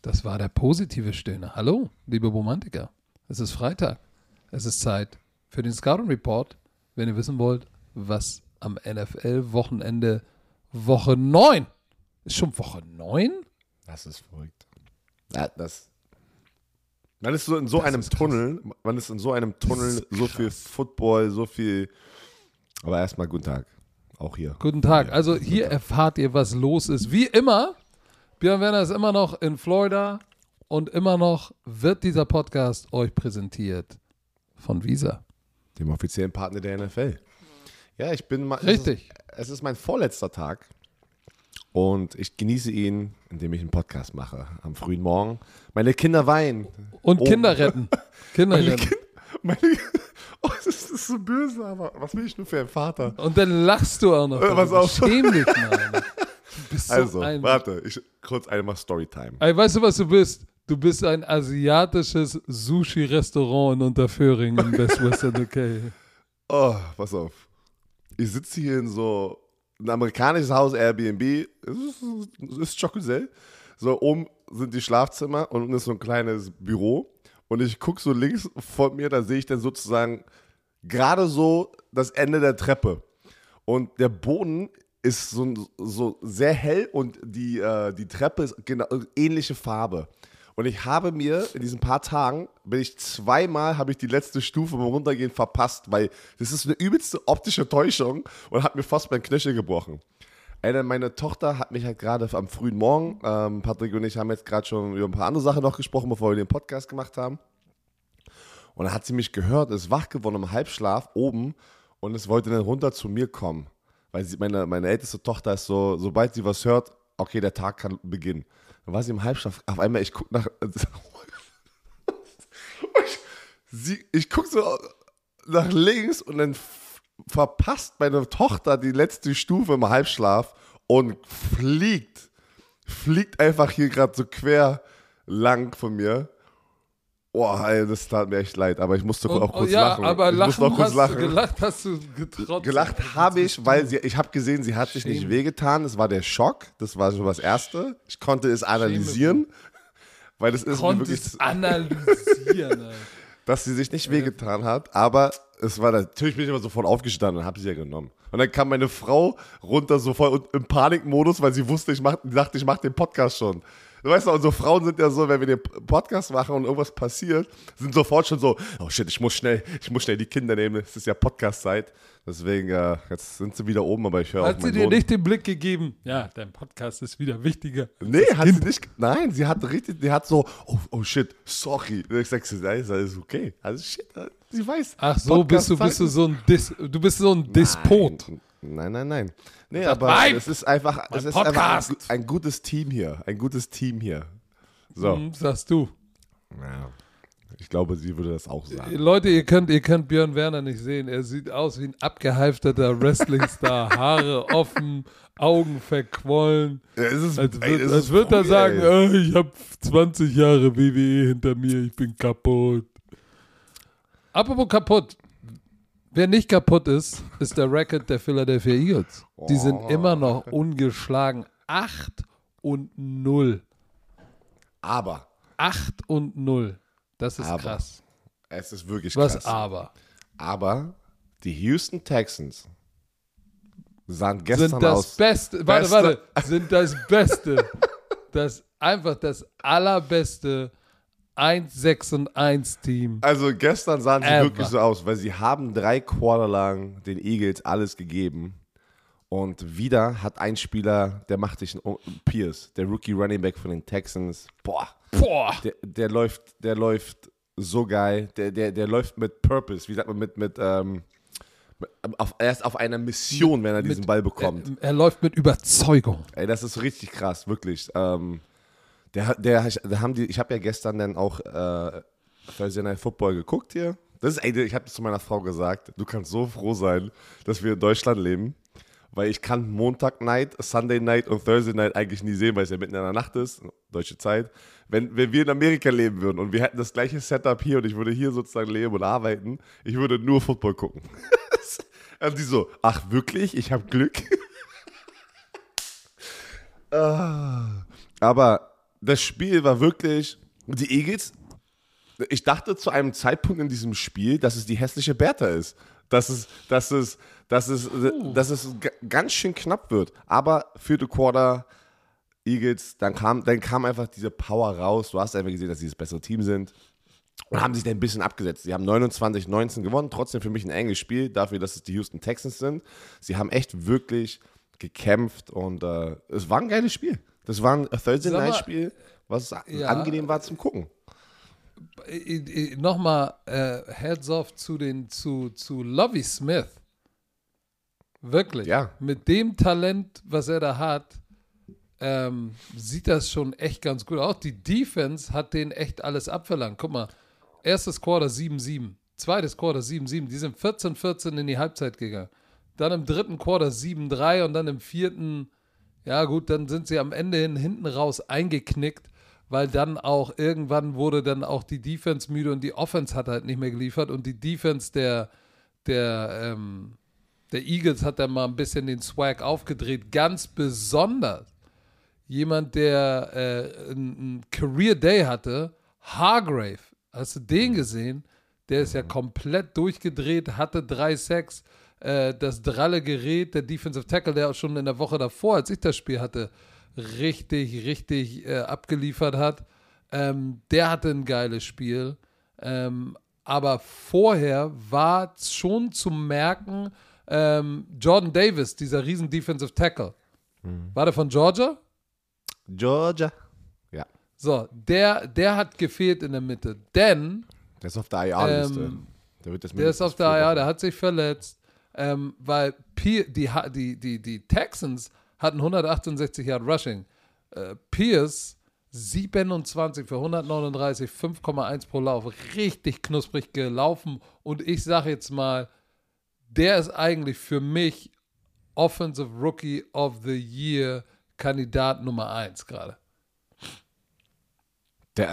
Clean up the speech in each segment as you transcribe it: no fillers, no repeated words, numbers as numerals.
Das war der positive Stöhner. Hallo, liebe Romantiker. Es ist Freitag. Es ist Zeit für den Scouting Report. Wenn ihr wissen wollt, was am NFL-Wochenende Woche 9. Ist schon Woche 9? Das ist verrückt. Ja, man ist so in so einem Tunnel, so viel Football, so viel. Aber erstmal guten Tag. Auch hier. Guten Tag. Also hier erfahrt ihr, was los ist. Wie immer, Björn Werner ist immer noch in Florida und immer noch wird dieser Podcast euch präsentiert von Visa. Dem offiziellen Partner der NFL. Ja, ich bin mal. Richtig. Es ist mein vorletzter Tag und ich genieße ihn, indem ich einen Podcast mache. Am frühen Morgen. Meine Kinder weinen. Und Kinder retten. Kinder retten. Oh, das ist so böse, aber was will ich nur für ein Vater? Und dann lachst du auch noch. Pass auf. Schäm dich mal. Du bist so Also, ein... warte, kurz einmal Storytime. Ey, weißt du, was du bist? Du bist ein asiatisches Sushi-Restaurant in Unterföhring in Best Western UK. Oh, pass auf. Ich sitze hier in so ein amerikanisches Haus, Airbnb. Es ist Chocolate. So, oben sind die Schlafzimmer und unten ist so ein kleines Büro. Und ich gucke so links vor mir, da sehe ich dann sozusagen gerade so das Ende der Treppe. Und der Boden ist so sehr hell und die Treppe ist genau ähnliche Farbe. Und ich habe mir in diesen paar Tagen, zweimal die letzte Stufe beim Runtergehen verpasst, weil das ist eine übelste optische Täuschung und hat mir fast mein Knöchel gebrochen. Meine Tochter hat mich halt gerade am frühen Morgen, Patrick und ich haben jetzt gerade schon über ein paar andere Sachen noch gesprochen, bevor wir den Podcast gemacht haben. Und dann hat sie mich gehört, ist wach geworden im Halbschlaf oben und es wollte dann runter zu mir kommen. Weil meine älteste Tochter ist so, sobald sie was hört, okay, der Tag kann beginnen. Dann war sie im Halbschlaf, auf einmal, ich gucke ich gucke so nach links und dann verpasst meine Tochter die letzte Stufe im Halbschlaf und fliegt einfach hier gerade so quer lang von mir. Boah, ey, das tat mir echt leid, aber ich musste auch kurz lachen. Ja, aber gelacht hast du getrotzt. Gelacht habe ich, weil ich habe gesehen, sie hat sich nicht wehgetan. Das war der Schock, das war schon das Erste. Ich konnte es analysieren, weil das ist wirklich analysieren, dass sie sich nicht wehgetan hat, aber es war natürlich, bin ich immer sofort aufgestanden und habe sie ja genommen. Und dann kam meine Frau runter sofort im Panikmodus, weil sie wusste, ich dachte, ich mache den Podcast schon. Du weißt doch, unsere Frauen sind ja so, wenn wir den Podcast machen und irgendwas passiert, sind sofort schon so, oh shit, ich muss schnell die Kinder nehmen, es ist ja Podcast-Zeit. Deswegen, jetzt sind sie wieder oben, aber ich höre auch meinen Hat sie dir nicht den Blick gegeben, ja, dein Podcast ist wieder wichtiger. Nee, hat sie nicht. Nein, sie hat so, oh shit, sorry. Und ich sag, alles okay, alles shit, sie weiß. Ach so, bist du so ein Despot. Nein. Nee, aber es ist einfach ein gutes Team hier. So. Sagst du. Ja, ich glaube, sie würde das auch sagen. Leute, ihr könnt Björn Werner nicht sehen. Er sieht aus wie ein abgehalfterter Wrestling-Star. Haare offen, Augen verquollen. Ja, als würde er sagen, ich habe 20 Jahre WWE hinter mir, ich bin kaputt. Apropos kaputt. Wer nicht kaputt ist der Record der Philadelphia Eagles. Die sind immer noch ungeschlagen. 8-0. Aber. 8-0. Das ist krass. Es ist wirklich krass. Was aber? Aber die Houston Texans sahen gestern sind das aus. Sind das Beste. Einfach das allerbeste 1-6-1-Team. Also gestern sahen sie wirklich so aus, weil sie haben 3 Quarter lang den Eagles alles gegeben. Und wieder hat ein Spieler, der macht sich Pierce, der Rookie Running Back von den Texans. Boah. Der läuft so geil. Der läuft mit Purpose. Wie sagt man, er ist auf einer Mission, wenn er diesen Ball bekommt. Er läuft mit Überzeugung. Ey, das ist richtig krass, wirklich. Ich habe ja gestern dann auch Thursday Night Football geguckt hier. Ich habe das zu meiner Frau gesagt, du kannst so froh sein, dass wir in Deutschland leben, weil ich kann Montag Night, Sunday Night und Thursday Night eigentlich nie sehen, weil es ja mitten in der Nacht ist, deutsche Zeit. Wenn wir in Amerika leben würden und wir hätten das gleiche Setup hier und ich würde hier sozusagen leben und arbeiten, ich würde nur Football gucken. Und die so, ach wirklich? Ich habe Glück? Aber das Spiel war wirklich, die Eagles, ich dachte zu einem Zeitpunkt in diesem Spiel, dass es die hässliche Bertha ist. Dass es ganz schön knapp wird. Aber vierte Quarter, Eagles, dann kam einfach diese Power raus. Du hast einfach gesehen, dass sie das bessere Team sind. Und haben sich dann ein bisschen abgesetzt. Sie haben 29-19 gewonnen, trotzdem für mich ein enges Spiel, dafür, dass es die Houston Texans sind. Sie haben echt wirklich gekämpft und es war ein geiles Spiel. Das war ein Thursday-Night-Spiel, was angenehm war zum Gucken. Nochmal Heads off zu Lovie Smith. Wirklich. Ja. Mit dem Talent, was er da hat, sieht das schon echt ganz gut aus. Die Defense hat denen echt alles abverlangt. Guck mal, erstes Quarter 7-7, zweites Quarter 7-7. Die sind 14-14 in die Halbzeit gegangen. Dann im dritten Quarter 7-3 und dann im vierten, ja gut, dann sind sie am Ende hinten raus eingeknickt, weil dann auch irgendwann wurde dann auch die Defense müde und die Offense hat halt nicht mehr geliefert und die Defense der Eagles hat dann mal ein bisschen den Swag aufgedreht. Ganz besonders jemand, der einen Career Day hatte, Hargrave. Hast du den gesehen? Der ist ja komplett durchgedreht, hatte 3 Sacks. Das dralle Gerät, der Defensive Tackle, der auch schon in der Woche davor, als ich das Spiel hatte, richtig abgeliefert hat. Der hatte ein geiles Spiel. Aber vorher war schon zu merken, Jordan Davis, dieser riesen Defensive Tackle. War der von Georgia? Georgia. Ja. So, der hat gefehlt in der Mitte, denn der ist auf der IR-Liste. Der ist auf der IR, der hat sich verletzt, weil die Texans hatten 168 Yard Rushing. Pierce 27 für 139, 5,1 pro Lauf. Richtig knusprig gelaufen. Und ich sage jetzt mal, der ist eigentlich für mich Offensive Rookie of the Year Kandidat Nummer 1 gerade. Der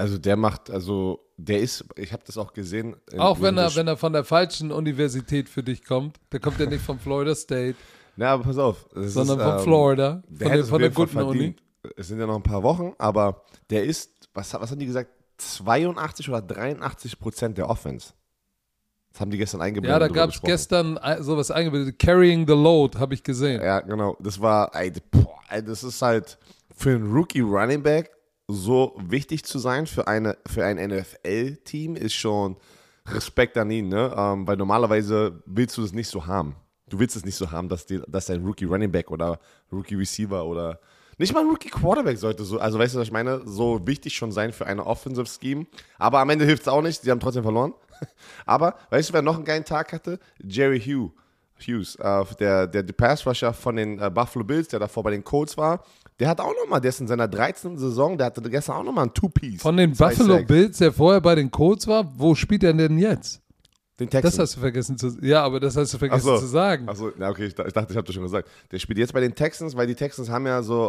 ist, ich habe das auch gesehen. Auch wenn er von der falschen Universität für dich kommt. Der kommt ja nicht von Florida State. Na, aber pass auf. Sondern von Florida. Von der guten Uni. Es sind ja noch ein paar Wochen, aber der ist, was haben die gesagt, 82 oder 83% der Offense. Das haben die gestern eingeblendet. Ja, da gab es gestern sowas eingeblendet. Carrying the Load, habe ich gesehen. Ja, genau. Das war, das ist halt für einen Rookie Running Back so wichtig zu sein für ein NFL-Team ist schon Respekt an ihn, ne? Weil normalerweise willst du das nicht so haben. Du willst es nicht so haben, dass dein Rookie Running Back oder Rookie Receiver oder nicht mal ein Rookie Quarterback sollte so, also weißt du, was ich meine, so wichtig schon sein für eine Offensive Scheme. Aber am Ende hilft es auch nicht, sie haben trotzdem verloren. Aber weißt du, wer noch einen geilen Tag hatte? Jerry Hughes, der Pass Rusher von den Buffalo Bills, der davor bei den Colts war. Der hat auch nochmal, der ist in seiner 13. Saison, der hatte gestern auch nochmal ein Two-Piece. Von den Buffalo Bills, der vorher bei den Colts war, wo spielt er denn jetzt? Den Texans. Das hast du vergessen zu sagen. Ja, aber das hast du vergessen zu sagen. Achso, ja, okay, ich dachte, ich habe das schon gesagt. Der spielt jetzt bei den Texans, weil die Texans haben ja so,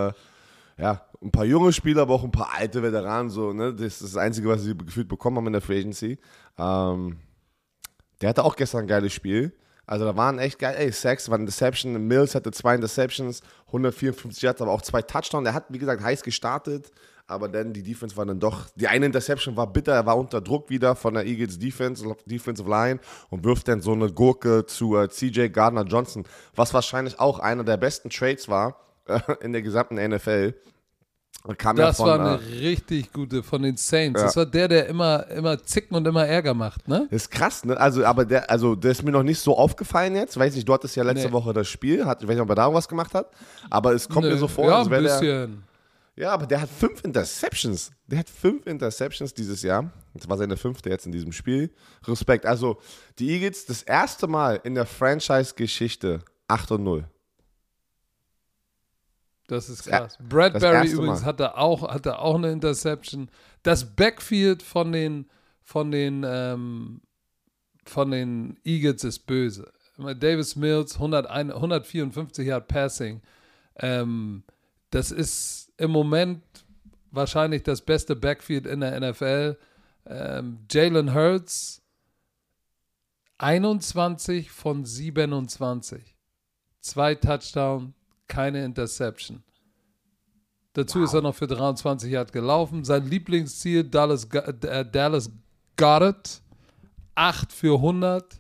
ein paar junge Spieler, aber auch ein paar alte Veteranen, so, ne? Das ist das Einzige, was sie gefühlt bekommen haben in der Free Agency. Der hatte auch gestern ein geiles Spiel. Also da waren echt geil, Sacks, war eine Interception, Mills hatte 2 Interceptions, 154 Yards, aber auch 2 Touchdowns. Der hat, wie gesagt, heiß gestartet, aber dann die Defense war dann doch, die eine Interception war bitter, er war unter Druck wieder von der Eagles Defensive Line und wirft dann so eine Gurke zu CJ Gardner-Johnson, was wahrscheinlich auch einer der besten Trades war in der gesamten NFL. Das war eine richtig gute von den Saints. Ja. Das war der immer zicken und immer Ärger macht, ne? Das ist krass, ne? Der ist mir noch nicht so aufgefallen jetzt. Weiß nicht, du hattest ja letzte Woche das Spiel. Ich weiß nicht, ob er da was gemacht hat. Aber es kommt mir so vor, ja, als wäre der. Ja, aber der hat 5 Interceptions. Der hat 5 Interceptions dieses Jahr. Das war seine 5. jetzt in diesem Spiel. Respekt. Also, die Eagles das erste Mal in der Franchise-Geschichte 8-0. Das ist krass. Bradbury übrigens hatte auch eine Interception. Das Backfield von den Eagles ist böse. Davis Mills, 154 Yard Passing. Das ist im Moment wahrscheinlich das beste Backfield in der NFL. Jalen Hurts, 21 von 27. 2 Touchdowns. Keine Interception. Dazu ist er noch für 23 Yard gelaufen. Sein Lieblingsziel, Dallas Goedert, 8 für 100.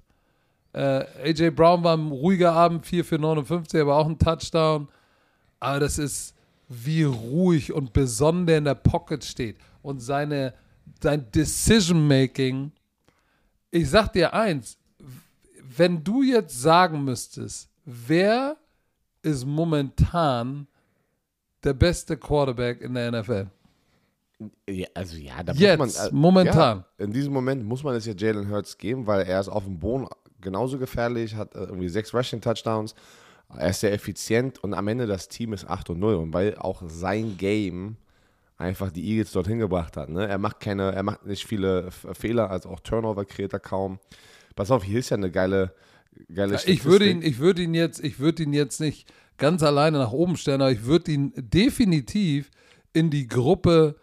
AJ Brown war ein ruhiger Abend, 4 für 59, aber auch ein Touchdown. Aber das ist, wie ruhig und besonnen der in der Pocket steht. Und sein Decision-Making. Ich sag dir eins, wenn du jetzt sagen müsstest, wer ist momentan der beste Quarterback in der NFL? Ja, also da jetzt, muss man, momentan. Ja, in diesem Moment muss man es ja Jalen Hurts geben, weil er ist auf dem Boden genauso gefährlich, hat irgendwie 6 Rushing-Touchdowns, er ist sehr effizient und am Ende das Team ist 8-0 und weil auch sein Game einfach die Eagles dorthin gebracht hat. Ne? Er macht nicht viele Fehler, also auch Turnover kreiert er kaum. Pass auf, hier ist ja eine geile Statistik. Ich würde ihn jetzt nicht ganz alleine nach oben stellen, aber ich würde ihn definitiv in die Gruppe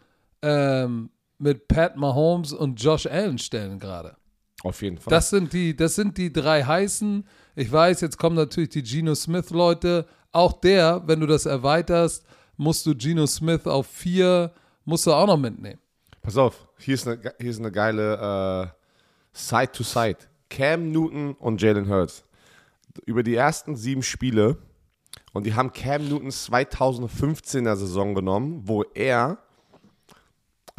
mit Pat Mahomes und Josh Allen stellen gerade. Auf jeden Fall. Das sind die 3 heißen. Ich weiß, jetzt kommen natürlich die Geno Smith-Leute. Auch wenn du das erweiterst, musst du Geno Smith auf 4, musst du auch noch mitnehmen. Pass auf, hier ist eine geile Side-to-Side. Cam Newton und Jalen Hurts. Über die ersten 7 Spiele, und die haben Cam Newtons 2015er Saison genommen, wo er die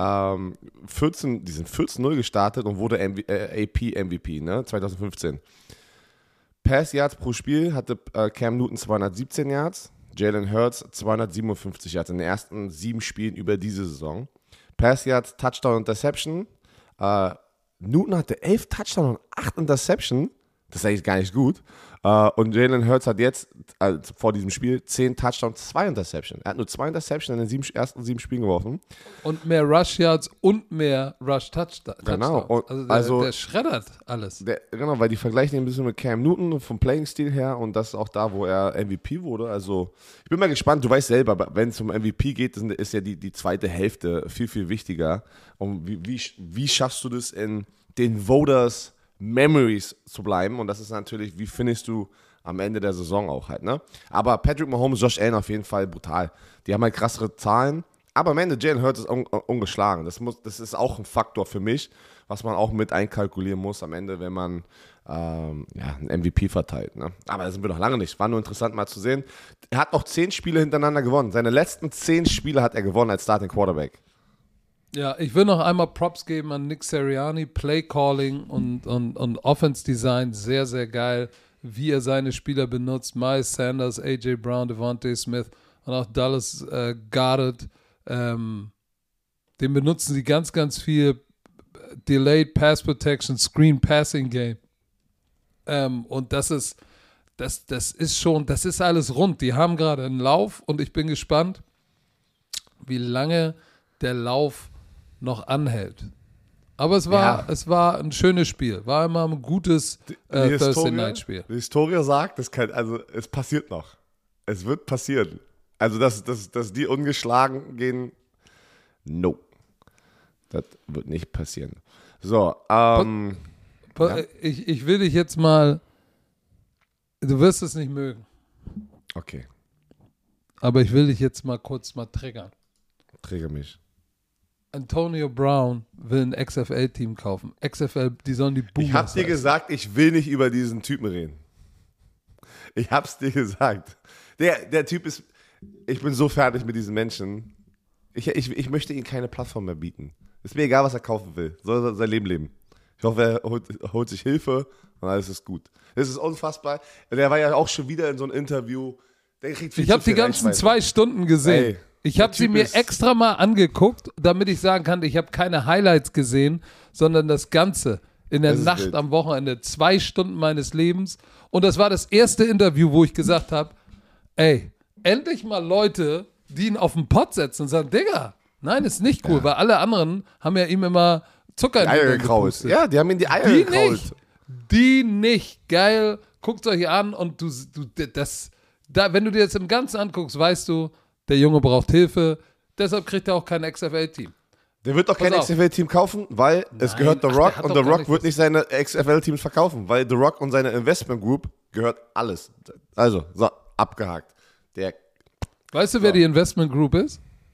sind 14-0 gestartet und wurde AP-MVP, ne, 2015. Pass-Yards pro Spiel hatte Cam Newton 217 Yards, Jalen Hurts 257 Yards in den ersten 7 Spielen über diese Saison. Pass-Yards, Touchdown, Interception. Newton hatte 11 Touchdown und 8 Interception. Das ist eigentlich gar nicht gut. Und Jalen Hurts hat jetzt, vor diesem Spiel, 10 Touchdowns, 2 Interception. Er hat nur 2 Interception in den ersten 7 Spielen geworfen. Und mehr Rush-Yards und mehr Rush-Touchdowns. Genau. Und der schreddert alles. Genau, weil die vergleichen ihn ein bisschen mit Cam Newton vom Playing-Stil her und das ist auch da, wo er MVP wurde. Also ich bin mal gespannt, du weißt selber, wenn es um MVP geht, ist ja die zweite Hälfte viel, viel wichtiger. Und wie schaffst du das in den Voters Memories zu bleiben und das ist natürlich, wie findest du am Ende der Saison auch halt, ne? Aber Patrick Mahomes, Josh Allen auf jeden Fall brutal. Die haben halt krassere Zahlen, aber am Ende Jalen Hurts ist ungeschlagen. Das ist auch ein Faktor für mich, was man auch mit einkalkulieren muss am Ende, wenn man einen MVP verteilt, ne? Aber da sind wir noch lange nicht. War nur interessant mal zu sehen. Er hat noch 10 Spiele hintereinander gewonnen. Seine letzten 10 Spiele hat er gewonnen als Starting Quarterback. Ja, ich will noch einmal Props geben an Nick Sirianni, Play Calling und Offense Design, sehr, sehr geil, wie er seine Spieler benutzt, Miles Sanders, AJ Brown, Devontae Smith und auch Dallas Goedert, den benutzen sie ganz, ganz viel, Delayed Pass Protection, Screen Passing Game, und das ist alles rund, die haben gerade einen Lauf und ich bin gespannt, wie lange der Lauf noch anhält. Aber es war ein schönes Spiel. War immer ein gutes Thursday-Night-Spiel. Die Historie sagt, es passiert noch. Es wird passieren. Also, dass die ungeschlagen gehen, no. Das wird nicht passieren. So, ich will dich jetzt mal, du wirst es nicht mögen. Okay. Aber ich will dich jetzt mal kurz triggern. Trigger mich. Antonio Brown will ein XFL-Team kaufen. XFL, die sollen die Boomers. Ich hab dir gesagt, ich will nicht über diesen Typen reden. Ich hab's dir gesagt. Der Typ ist, ich bin so fertig mit diesen Menschen. Ich möchte ihm keine Plattform mehr bieten. Ist mir egal, was er kaufen will. Soll sein Leben leben. Ich hoffe, er holt sich Hilfe und alles ist gut. Das ist unfassbar. Der war ja auch schon wieder in so einem Interview. Ich habe die ganzen 2 Stunden gesehen. Ey, ich habe sie mir extra mal angeguckt, damit ich sagen kann, ich habe keine Highlights gesehen, sondern das Ganze in der Nacht wild. Am Wochenende, 2 Stunden meines Lebens. Und das war das erste Interview, wo ich gesagt habe, ey, endlich mal Leute, die ihn auf den Pott setzen und sagen, Digga, nein, ist nicht cool, weil alle anderen haben ja ihm immer Zucker in die Eier gekraut. Ja, die haben ihm die Eier gekraut. Die nicht. Geil, guckt euch an und wenn du dir jetzt im Ganzen anguckst, weißt du, der Junge braucht Hilfe, deshalb kriegt er auch kein XFL-Team. Der wird doch kein XFL-Team kaufen, weil es gehört The Rock und The Rock wird nicht seine XFL-Teams verkaufen, weil The Rock und seine Investment Group gehört alles. Also, so, abgehakt. Weißt du, wer die Investment Group ist?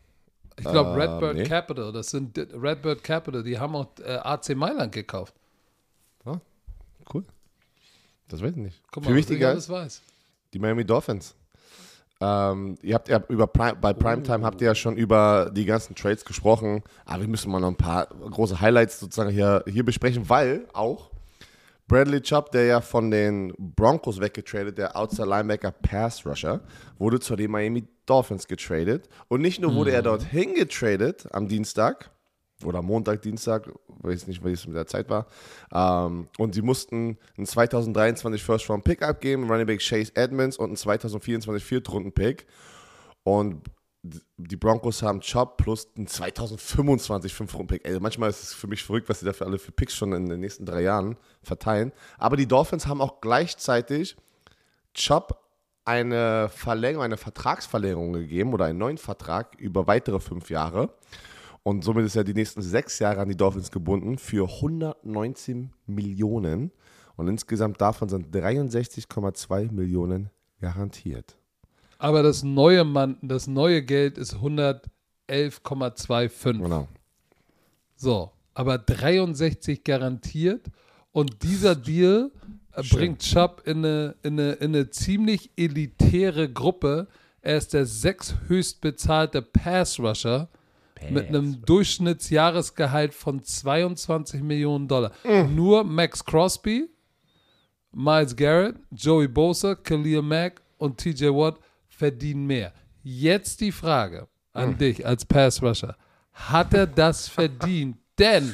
Ich glaube Redbird nee. Capital, das sind Redbird Capital, die haben auch AC Mailand gekauft. Ah, cool. Das weiß ich nicht. Guck Viel mal, wichtiger was ist ich alles weiß. die Miami Dolphins. Ihr habt ja bei Primetime habt ihr ja schon über die ganzen Trades gesprochen, aber wir müssen mal noch ein paar große Highlights sozusagen hier besprechen, weil auch Bradley Chubb, der ja von den Broncos weggetradet, der Outside Linebacker Pass Rusher, wurde zu den Miami Dolphins getradet. Und nicht nur wurde er dorthin getradet am Dienstag oder Montag, Dienstag, weiß nicht, wie es mit der Zeit war. Und sie mussten einen 2023 First-Round-Pick abgeben, Running Back Chase Edmonds und einen 2024 Viertrunden-Pick. Und die Broncos haben Chubb plus einen 2025 Fünf-Runden-Pick. Manchmal ist es für mich verrückt, was sie dafür alle für Picks schon in den nächsten 3 Jahren verteilen. Aber die Dolphins haben auch gleichzeitig Chubb eine Vertragsverlängerung gegeben oder einen neuen Vertrag über weitere 5 Jahre. Und somit ist er die nächsten 6 Jahre an die Dolphins gebunden für 119 Millionen. Und insgesamt davon sind 63,2 Millionen garantiert. Aber das neue Geld ist 111,25. Genau. So, aber 63 garantiert. Und dieser Deal bringt Chubb in eine ziemlich elitäre Gruppe. Er ist der 6. höchstbezahlte Pass-Rusher mit einem Durchschnittsjahresgehalt von 22 Millionen $. Nur Max Crosby, Myles Garrett, Joey Bosa, Khalil Mack und TJ Watt verdienen mehr. Jetzt die Frage an dich als Pass-Rusher. Hat er das verdient? Denn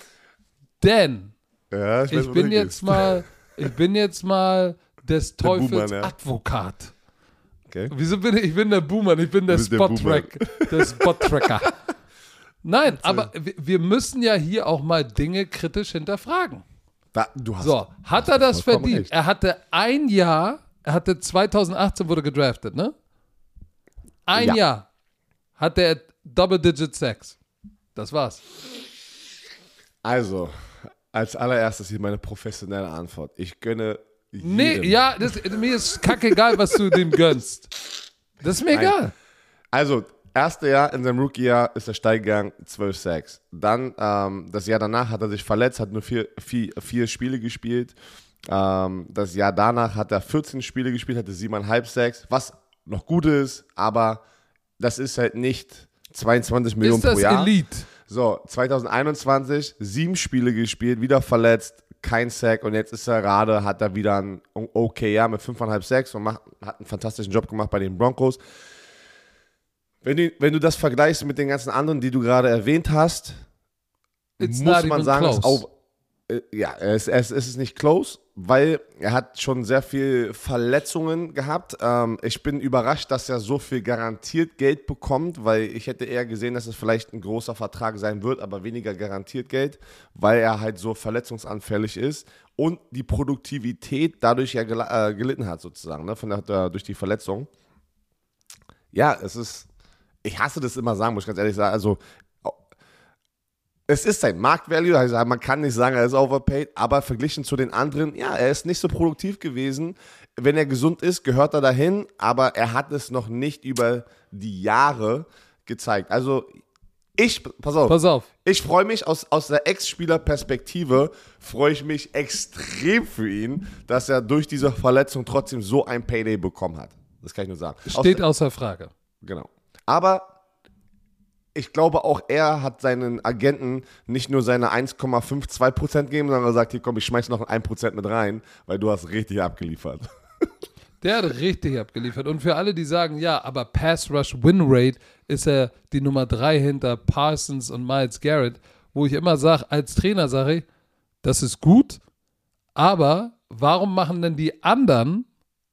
Ja, ich bin jetzt mal des Teufels Buhmann, ja. Advokat. Okay. Wieso bin ich? Ich bin der Boomer, ich bin der bist der Spot-Tracker. Nein, aber wir müssen ja hier auch mal Dinge kritisch hinterfragen. Du hast So, hat er das vollkommen verdient? recht. Er hatte 2018 wurde gedraftet, ne? Ein Jahr hatte er Double-Digit Sacks. Das war's. Also, als allererstes hier meine professionelle Antwort. Ich gönne jedem. Nee, ja, mir ist kackegal, was du dem gönnst. Das ist mir egal. Also, erste Jahr in seinem Rookie-Jahr ist er steil gegangen, 12 Sacks. Dann, das Jahr danach hat er sich verletzt, hat nur vier Spiele gespielt. Das Jahr danach hat er 14 Spiele gespielt, hatte 7,5 Sacks, was noch gut ist, aber das ist halt nicht 22 Millionen pro Jahr. Ist das Elite? So, 2021, 7 Spiele gespielt, wieder verletzt, kein Sack und jetzt hat er wieder ein okay Jahr mit 5,5 Sacks und hat einen fantastischen Job gemacht bei den Broncos. Wenn du das vergleichst mit den ganzen anderen, die du gerade erwähnt hast, muss man sagen, es ist nicht close, weil er hat schon sehr viel Verletzungen gehabt. Ich bin überrascht, dass er so viel garantiert Geld bekommt, weil ich hätte eher gesehen, dass es vielleicht ein großer Vertrag sein wird, aber weniger garantiert Geld, weil er halt so verletzungsanfällig ist und die Produktivität dadurch ja gelitten hat sozusagen, ne, durch die Verletzung. Ja, ich hasse das immer sagen, muss ich ganz ehrlich sagen, also es ist sein Marktvalue, also man kann nicht sagen, er ist overpaid, aber verglichen zu den anderen, ja, er ist nicht so produktiv gewesen. Wenn er gesund ist, gehört er dahin, aber er hat es noch nicht über die Jahre gezeigt. Also pass auf. Ich freue mich aus der Ex-Spieler-Perspektive, freue ich mich extrem für ihn, dass er durch diese Verletzung trotzdem so ein Payday bekommen hat. Das kann ich nur sagen. Steht außer Frage. Genau. Aber ich glaube auch, er hat seinen Agenten nicht nur seine 1,52% gegeben, sondern er sagt, hier komm, ich schmeiß noch 1% mit rein, weil du hast richtig abgeliefert. Der hat richtig abgeliefert. Und für alle, die sagen, ja, aber Pass Rush Win Rate ist er die Nummer 3 hinter Parsons und Myles Garrett, wo ich immer sage, als Trainer sage ich, das ist gut, aber warum machen denn die anderen,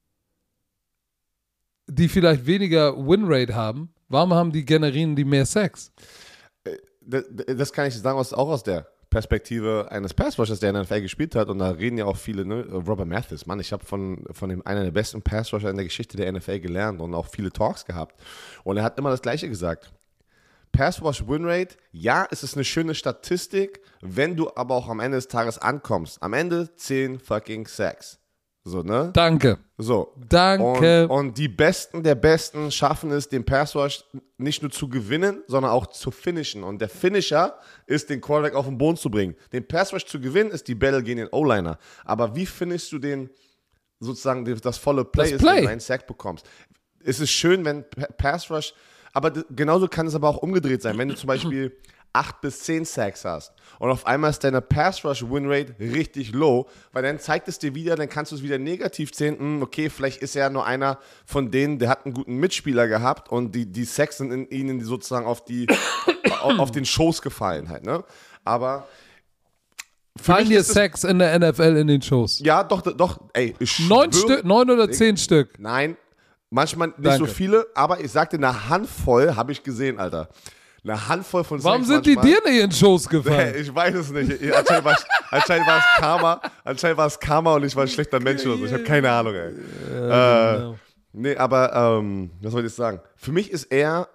die vielleicht weniger Win Rate haben, warum generieren die mehr Sacks? Das kann ich sagen, auch aus der Perspektive eines Pass-Rushers, der in der NFL gespielt hat. Und da reden ja auch viele, ne? Robert Mathis, Mann, ich habe von dem einer der besten Pass-Rusher in der Geschichte der NFL gelernt und auch viele Talks gehabt. Und er hat immer das Gleiche gesagt. Pass-Rush-Win-Rate, ja, es ist eine schöne Statistik, wenn du aber auch am Ende des Tages ankommst. Am Ende 10 fucking Sacks. So, ne? Danke. So. Danke. Und die Besten der Besten schaffen es, den Pass Rush nicht nur zu gewinnen, sondern auch zu finishen. Und der Finisher ist, den Quarterback auf den Boden zu bringen. Den Pass Rush zu gewinnen, ist die Bälle gegen den O-Liner. Aber wie findest du den, sozusagen, das volle Play ist, wenn du einen Sack bekommst? Es ist schön, wenn Pass Rush, aber genauso kann es aber auch umgedreht sein. Wenn du zum Beispiel 8 bis 10 Sacks hast und auf einmal ist deine Pass-Rush-Win-Rate richtig low, weil dann zeigt es dir wieder, dann kannst du es wieder negativ sehen, okay, vielleicht ist er ja nur einer von denen, der hat einen guten Mitspieler gehabt und die Sacks sind in ihnen sozusagen auf den Schoß gefallen halt, ne? Aber fallen dir Sacks in der NFL in den Schoß? Ja, doch, ey. 9 oder 10 Stück? Nein, manchmal nicht so viele, aber ich sagte, eine Handvoll habe ich gesehen, Alter. Eine Handvoll von Warum sind die dir nicht in den Schoß gefallen? Ich weiß es nicht. Anscheinend war es Karma. Anscheinend war es Karma und ich war ein schlechter Mensch oder so. Ich habe keine Ahnung, ey. Genau. Nee, aber was soll ich sagen? Für mich ist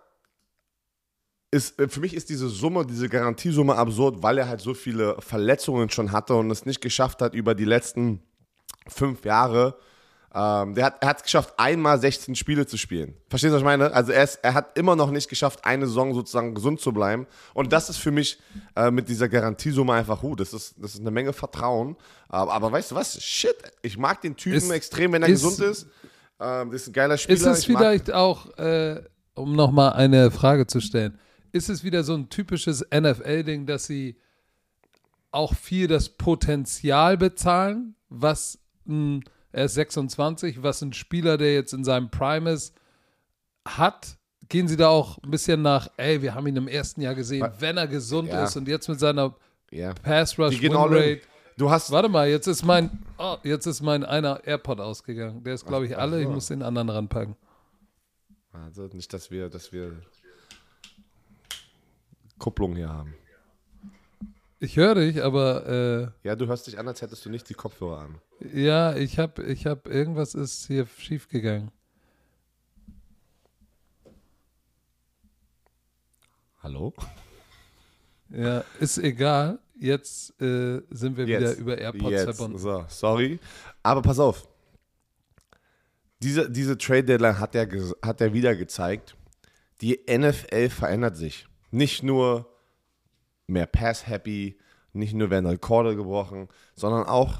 diese Summe, diese Garantiesumme absurd, weil er halt so viele Verletzungen schon hatte und es nicht geschafft hat über die letzten 5 Jahre. Er hat es geschafft, einmal 16 Spiele zu spielen. Verstehst du, was ich meine? Also er hat immer noch nicht geschafft, eine Saison sozusagen gesund zu bleiben. Und das ist für mich mit dieser Garantiesumme einfach das ist eine Menge Vertrauen. Aber weißt du was? Shit, ich mag den Typen extrem, wenn er gesund ist. Das ist ein geiler Spieler. Ist es vielleicht auch, um nochmal eine Frage zu stellen, ist es wieder so ein typisches NFL-Ding, dass sie auch viel das Potenzial bezahlen, was er ist 26, was ein Spieler, der jetzt in seinem Prime ist, hat? Gehen Sie da auch ein bisschen nach, wir haben ihn im ersten Jahr gesehen, wenn er gesund ist und jetzt mit seiner Pass-Rush-Win-Rate. Warte mal, jetzt ist mein einer AirPod ausgegangen. Der ist, glaube ich, alle. Ich muss den anderen ranpacken. Also nicht, dass wir Kupplung hier haben. Ich höre dich, aber ja, du hörst dich an, als hättest du nicht die Kopfhörer an. Ja, ich hab irgendwas ist hier schief gegangen. Hallo? Ja, ist egal. Jetzt sind wir wieder über AirPods verbunden. So, sorry. Aber pass auf. Diese Trade-Deadline hat er wieder gezeigt, die NFL verändert sich. Nicht nur mehr Pass-Happy, nicht nur werden Rekorde gebrochen, sondern auch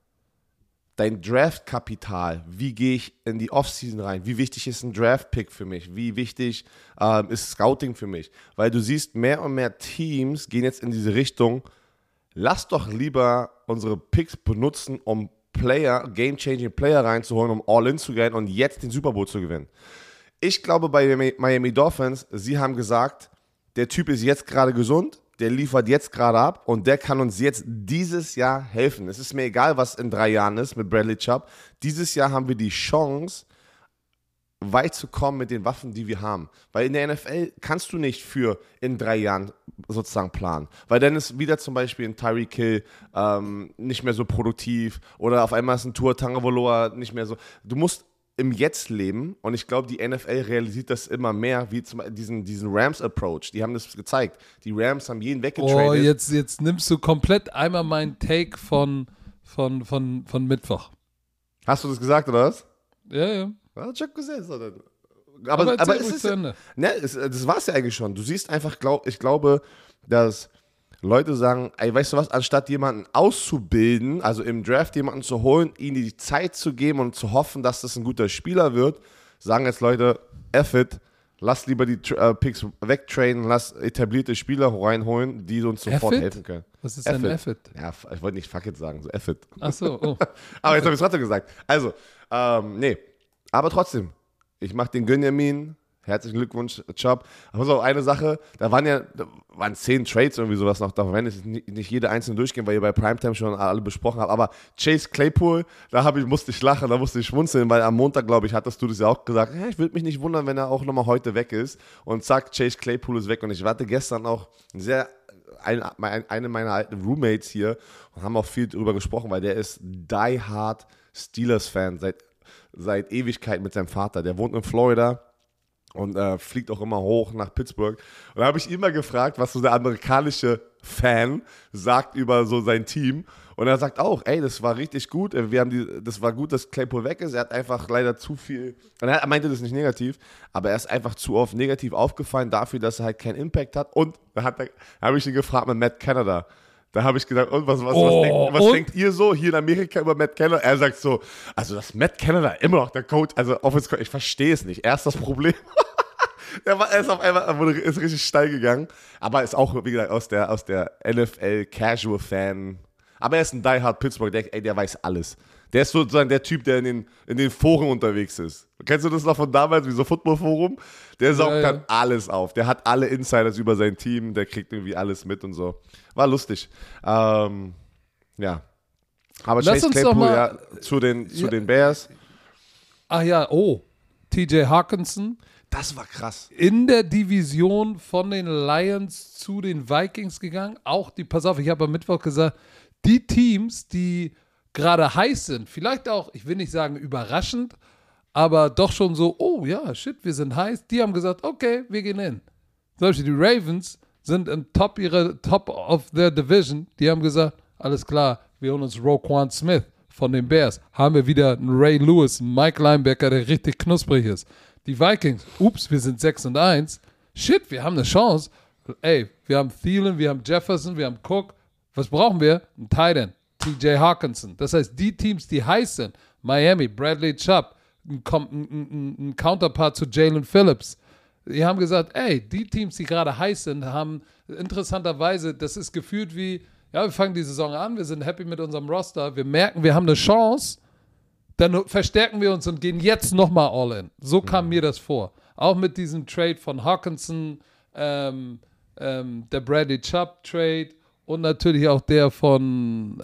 dein Draft-Kapital. Wie gehe ich in die Offseason rein? Wie wichtig ist ein Draft-Pick für mich? Wie wichtig ist Scouting für mich? Weil du siehst, mehr und mehr Teams gehen jetzt in diese Richtung, lass doch lieber unsere Picks benutzen, um Game-Changing Player reinzuholen, um All-In zu gehen und jetzt den Super Bowl zu gewinnen. Ich glaube bei Miami Dolphins, sie haben gesagt, der Typ ist jetzt gerade gesund, der liefert jetzt gerade ab und der kann uns jetzt dieses Jahr helfen. Es ist mir egal, was in 3 Jahren ist mit Bradley Chubb. Dieses Jahr haben wir die Chance, weit zu kommen mit den Waffen, die wir haben. Weil in der NFL kannst du nicht für in 3 Jahren sozusagen planen. Weil dann ist wieder zum Beispiel ein Tyreek Hill nicht mehr so produktiv oder auf einmal ist ein Tua Tagovailoa nicht mehr so. Du musst im Jetzt leben und ich glaube, die NFL realisiert das immer mehr, wie zum Beispiel diesen Rams-Approach. Die haben das gezeigt. Die Rams haben jeden weggetradet. Oh, jetzt nimmst du komplett einmal meinen Take von Mittwoch. Hast du das gesagt, oder was? Ja, ja. Ja, schon gesagt, oder? Aber es ist das war es ja eigentlich schon. Du siehst einfach, ich glaube, dass Leute sagen, ey, weißt du was, anstatt jemanden auszubilden, also im Draft jemanden zu holen, ihnen die Zeit zu geben und zu hoffen, dass das ein guter Spieler wird, sagen jetzt Leute, F it, lass lieber die Picks wegtraden, lass etablierte Spieler reinholen, die uns sofort helfen können. Was ist denn F it? Ja, ich wollte nicht fuck it sagen, so F it. Ach so, oh. Aber jetzt habe ich es trotzdem gesagt. Also, nee, aber trotzdem, ich mache den Gönjamin. Herzlichen Glückwunsch, Chubb. Aber so eine Sache, da waren 10 Trades irgendwie sowas noch, da werden jetzt nicht jede einzelne durchgehen, weil ihr bei Primetime schon alle besprochen habt, aber Chase Claypool, musste ich lachen, da musste ich schmunzeln, weil am Montag, glaube ich, hattest du das ja auch gesagt, ich würde mich nicht wundern, wenn er auch nochmal heute weg ist und zack, Chase Claypool ist weg und ich hatte gestern auch eine meiner alten Roommates hier und haben auch viel drüber gesprochen, weil der ist die hard Steelers-Fan seit Ewigkeit mit seinem Vater, der wohnt in Florida. und fliegt auch immer hoch nach Pittsburgh. Und da habe ich immer gefragt, was so der amerikanische Fan sagt über so sein Team. Und er sagt auch, ey, das war richtig gut. Das war gut, dass Claypool weg ist. Er hat einfach leider zu viel. Und er meinte das nicht negativ, aber er ist einfach zu oft negativ aufgefallen dafür, dass er halt keinen Impact hat. Und da habe ich ihn gefragt mit Matt Canada. Da habe ich gesagt, und was denkt ihr so hier in Amerika über Matt Canada? Er sagt so, also dass Matt Canada immer noch der Coach, also Offense Coach, ich verstehe es nicht. Er ist das Problem. Er ist auf einmal, ist richtig steil gegangen. Aber ist auch, wie gesagt, aus der NFL-Casual-Fan. Aber er ist ein Die-Hard Pittsburgh, der weiß alles. Der ist sozusagen der Typ, der in den Foren unterwegs ist. Kennst du das noch von damals, wie so Football-Forum? Der saugt dann alles auf. Der hat alle Insiders über sein Team, der kriegt irgendwie alles mit und so. War lustig. Ja. Aber Chase Claypool, zu den Bears. Ach ja, TJ Hawkinson. Das war krass. In der Division von den Lions zu den Vikings gegangen. Pass auf, ich habe am Mittwoch gesagt, die Teams, die gerade heiß sind, vielleicht auch, ich will nicht sagen überraschend, aber doch schon so, oh ja, shit, wir sind heiß, die haben gesagt, okay, wir gehen hin. Zum Beispiel die Ravens sind im Top of their Division, die haben gesagt, alles klar, wir holen uns Roquan Smith von den Bears. Haben wir wieder einen Ray Lewis, einen Mike Linebacker, der richtig knusprig ist. Die Vikings, wir sind 6-1, shit, wir haben eine Chance. Ey, wir haben Thielen, wir haben Jefferson, wir haben Cook. Was brauchen wir? Ein Tight End, TJ Hawkinson. Das heißt, die Teams, die heiß sind, Miami, Bradley Chubb, ein Counterpart zu Jalen Phillips, die haben gesagt, ey, die Teams, die gerade heiß sind, haben interessanterweise, das ist gefühlt wie, ja, wir fangen die Saison an, wir sind happy mit unserem Roster, wir merken, wir haben eine Chance, dann verstärken wir uns und gehen jetzt nochmal all in. So kam mir das vor. Auch mit diesem Trade von Hawkinson, der Bradley Chubb Trade, und natürlich auch der von,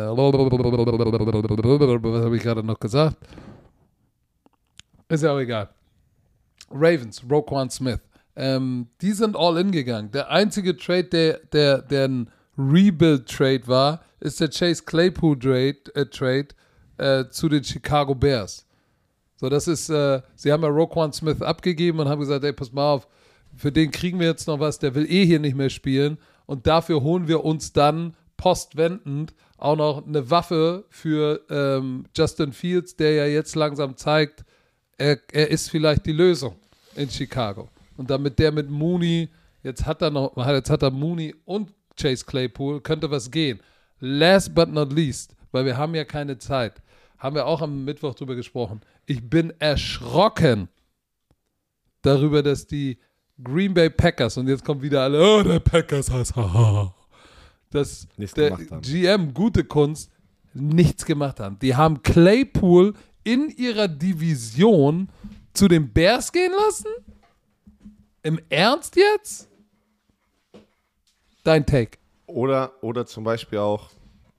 was habe ich gerade noch gesagt? Ist ja auch egal. Ravens, Roquan Smith. Die sind all in gegangen. Der einzige Trade, der ein Rebuild-Trade war, ist der Chase Claypool Trade zu den Chicago Bears. So, das ist, sie haben ja Roquan Smith abgegeben und haben gesagt, ey, pass mal auf, für den kriegen wir jetzt noch was, der will hier nicht mehr spielen. Und dafür holen wir uns dann postwendend auch noch eine Waffe für Justin Fields, der ja jetzt langsam zeigt, er ist vielleicht die Lösung in Chicago. Und damit der mit Mooney, jetzt hat er Mooney und Chase Claypool, könnte was gehen. Last but not least, weil wir haben ja keine Zeit, haben wir auch am Mittwoch drüber gesprochen. Ich bin erschrocken darüber, dass die Green Bay Packers, und jetzt kommt wieder alle, der Packers heißt, dass der GM, gute Kunst, nichts gemacht haben. Die haben Claypool in ihrer Division zu den Bears gehen lassen? Im Ernst jetzt? Dein Take. Oder zum Beispiel auch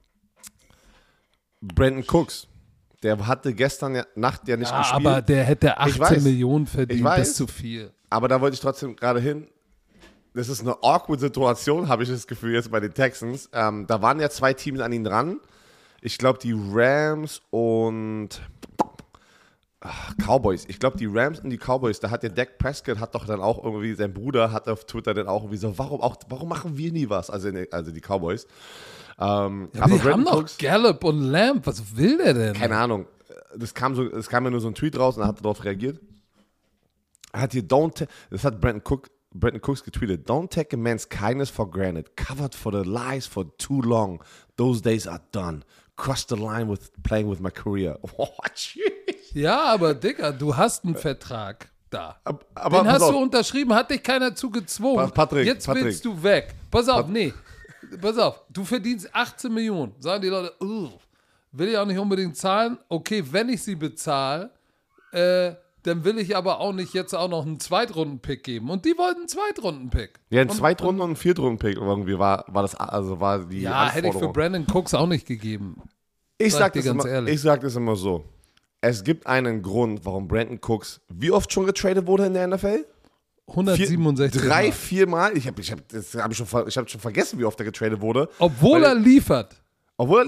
Brandon Cooks. Der hatte gestern Nacht ja nicht gespielt. Aber der hätte 18 Millionen verdient, das ist zu viel. Aber da wollte ich trotzdem gerade hin. Das ist eine awkward Situation, habe ich das Gefühl jetzt bei den Texans. Da waren ja 2 Teams an ihn dran. Ich glaube, die Rams und Cowboys. Ich glaube, die Rams und die Cowboys, da hat der Dak Prescott, hat doch dann auch irgendwie, sein Bruder hat auf Twitter dann auch irgendwie so, warum machen wir nie was? Also die Cowboys. Aber die haben doch Gallup und Lamb, was will der denn? Keine Ahnung. Es kam ja nur so ein Tweet raus und er hat darauf reagiert. Das hat Brandon Cooks getweetet. Don't take a man's kindness for granted. Covered for the lies for too long. Those days are done. Crossed the line with playing with my career. Oh, ja, aber Digga, du hast einen Vertrag da. Aber den hast du unterschrieben, hat dich keiner zu gezwungen. Jetzt willst du weg. Pass auf, du verdienst 18 Millionen. Sagen die Leute, will ich auch nicht unbedingt zahlen. Okay, wenn ich sie bezahle, dann will ich aber auch nicht jetzt auch noch einen Zweitrunden-Pick geben. Und die wollten einen Zweitrunden-Pick. Ja, einen Zweitrunden- und einen Viertrunden-Pick irgendwie war die ja, hätte ich für Brandon Cooks auch nicht gegeben. Ich sag das immer so. Es gibt einen Grund, warum Brandon Cooks wie oft schon getradet wurde in der NFL? 167 3, 4 Mal. Ich hab schon vergessen, wie oft er getradet wurde. Obwohl er liefert.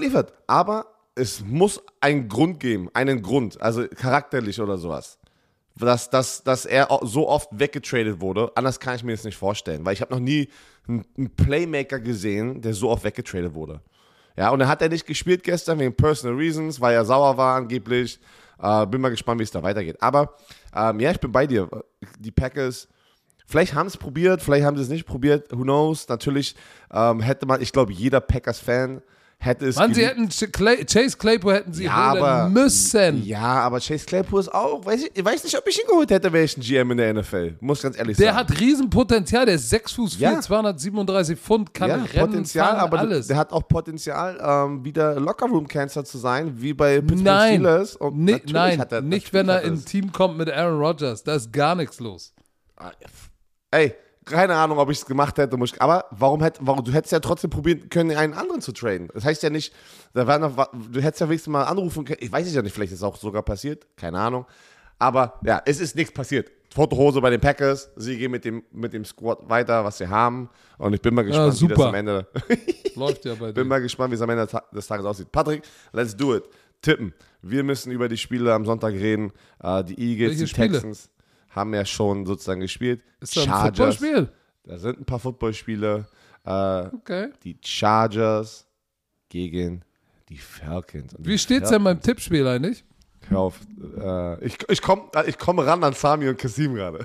Aber es muss einen Grund geben. Einen Grund. Also charakterlich oder sowas. dass er so oft weggetradet wurde. Anders kann ich mir das nicht vorstellen, weil ich habe noch nie einen Playmaker gesehen, der so oft weggetradet wurde. Ja, und dann hat er nicht gespielt gestern wegen Personal Reasons, weil er sauer war angeblich. Bin mal gespannt, wie es da weitergeht. Aber ja, ich bin bei dir. Die Packers, vielleicht haben sie es probiert, vielleicht haben sie es nicht probiert. Who knows? Natürlich hätte man, ich glaube, jeder Packers-Fan hätte es. Mann, sie hätten Chase Claypool hätten sie holen müssen. Ja, aber Chase Claypool ist auch, ich weiß nicht, ob ich ihn geholt hätte, wäre ich ein GM in der NFL. Muss ganz ehrlich sagen. Der hat Riesenpotenzial, der ist 6 Fuß 4, 237 Pfund, kann rennen, Potenzial, fahren, aber alles. der hat auch Potenzial, wieder Lockerroom-Cancer zu sein, wie bei Pittsburgh Nein, Steelers. Und nicht wenn er in ein Team kommt mit Aaron Rodgers, da ist gar nichts los. Ey, keine Ahnung, ob ich es gemacht hätte. Aber warum du hättest ja trotzdem probieren können, einen anderen zu traden. Das heißt ja nicht, du hättest ja wenigstens mal anrufen können. Ich weiß es ja nicht, vielleicht ist es auch sogar passiert. Keine Ahnung. Aber ja, es ist nichts passiert. Fotohose bei den Packers. Sie gehen mit dem Squad weiter, was sie haben. Und ich bin mal gespannt, wie das am Ende läuft ja bei dir. Bin mal gespannt, wie es am Ende des Tages aussieht. Patrick, let's do it. Tippen. Wir müssen über die Spiele am Sonntag reden. Die Eagles, die Texans haben ja schon sozusagen gespielt. Ist das ein Footballspiel? Da sind ein paar Footballspiele. Okay. Die Chargers gegen die Falcons. Wie steht's denn beim Tippspiel eigentlich? Hör auf. Ich komme ran an Sami und Kasim gerade.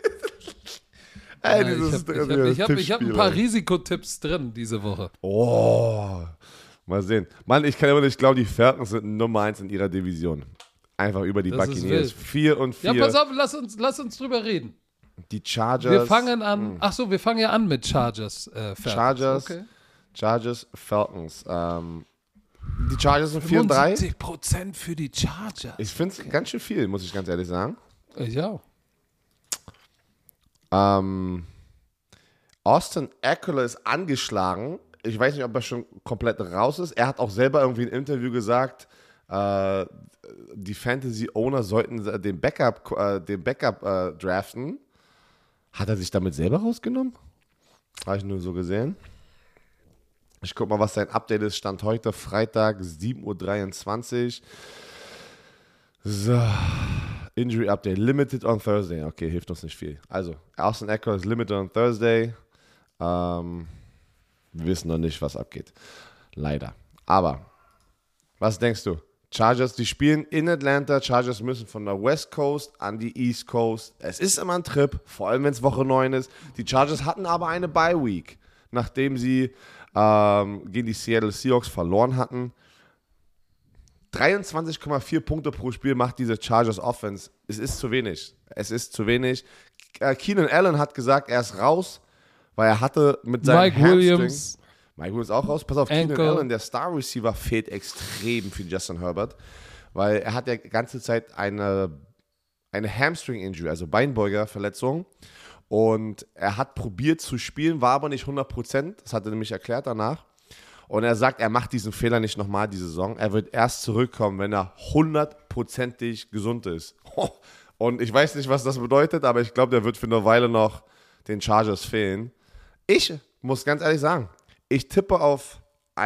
Ich hab ein paar Risikotipps drin diese Woche. Oh, mal sehen. Mann, ich glaube, die Falcons sind Nummer 1 in ihrer Division. Einfach über die Buccaneers. 4-4. Ja, pass auf, lass uns drüber reden. Die Chargers. Wir fangen an. Achso, wir fangen ja an mit Chargers. Falcons. Chargers, Falcons. Die Chargers sind 4-3. 75% für die Chargers. Ich finde es ganz schön viel, muss ich ganz ehrlich sagen. Ich auch. Austin Eckler ist angeschlagen. Ich weiß nicht, ob er schon komplett raus ist. Er hat auch selber irgendwie im Interview gesagt, die Fantasy-Owner sollten den Backup draften. Hat er sich damit selber rausgenommen? Habe ich nur so gesehen. Ich gucke mal, was sein Update ist. Stand heute, Freitag, 7:23 Uhr. So. Injury Update. Limited on Thursday. Okay, hilft uns nicht viel. Also, Austin Eckler ist limited on Thursday. Wir wissen noch nicht, was abgeht. Leider. Aber, was denkst du? Chargers, die spielen in Atlanta. Chargers müssen von der West Coast an die East Coast. Es ist immer ein Trip, vor allem wenn es Woche 9 ist. Die Chargers hatten aber eine Bye Week, nachdem sie gegen die Seattle Seahawks verloren hatten. 23,4 Punkte pro Spiel macht diese Chargers Offense. Es ist zu wenig. Keenan Allen hat gesagt, er ist raus, weil er hatte mit seinem Mike Williams auch raus. Pass auf, Keenan Allen, der Star Receiver, fehlt extrem für Justin Herbert, weil er hat ja die ganze Zeit eine Hamstring-Injury, also Beinbeugerverletzung. Und er hat probiert zu spielen, war aber nicht 100%. Das hat er nämlich erklärt danach. Und er sagt, er macht diesen Fehler nicht nochmal diese Saison. Er wird erst zurückkommen, wenn er 100%ig gesund ist. Und ich weiß nicht, was das bedeutet, aber ich glaube, der wird für eine Weile noch den Chargers fehlen. Ich muss ganz ehrlich sagen, ich tippe auf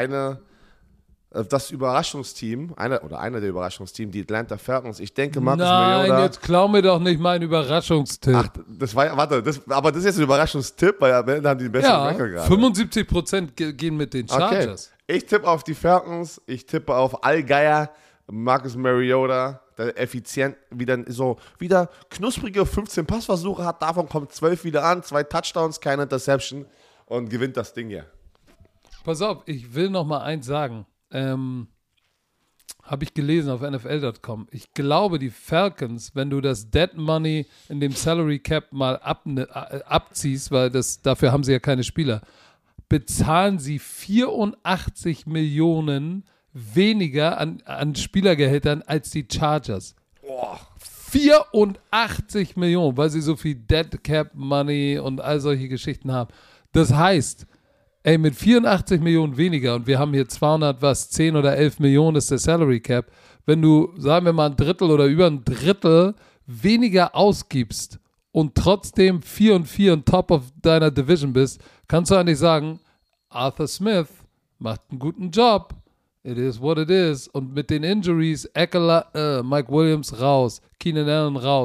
das Überraschungsteam, einer der Überraschungsteams, die Atlanta Falcons. Ich denke, Marcus Mariota. Nein, jetzt klau mir doch nicht meinen Überraschungstipp. Ach, aber das ist jetzt ein Überraschungstipp, weil am Ende haben die den besseren Record gerade. 75% gehen mit den Chargers. Okay. Ich tippe auf die Falcons, ich tippe auf Allgeier, Marcus Mariota, der effizient wieder knusprige 15 Passversuche hat, davon kommt 12 wieder an, 2 Touchdowns, keine Interception und gewinnt das Ding hier. Pass auf, ich will noch mal eins sagen. Habe ich gelesen auf NFL.com. Ich glaube, die Falcons, wenn du das Dead Money in dem Salary Cap mal abziehst, weil dafür haben sie ja keine Spieler, bezahlen sie 84 Millionen weniger an Spielergehältern als die Chargers. Boah. 84 Millionen, weil sie so viel Dead Cap Money und all solche Geschichten haben. Das heißt, mit 84 Millionen weniger und wir haben hier 10 oder 11 Millionen ist der Salary Cap, wenn du, sagen wir mal, ein Drittel oder über ein Drittel weniger ausgibst und trotzdem 4-4 on top of deiner Division bist, kannst du eigentlich sagen, Arthur Smith macht einen guten Job. It is what it is. Und mit den Injuries, Mike Williams raus, Keenan Allen raus,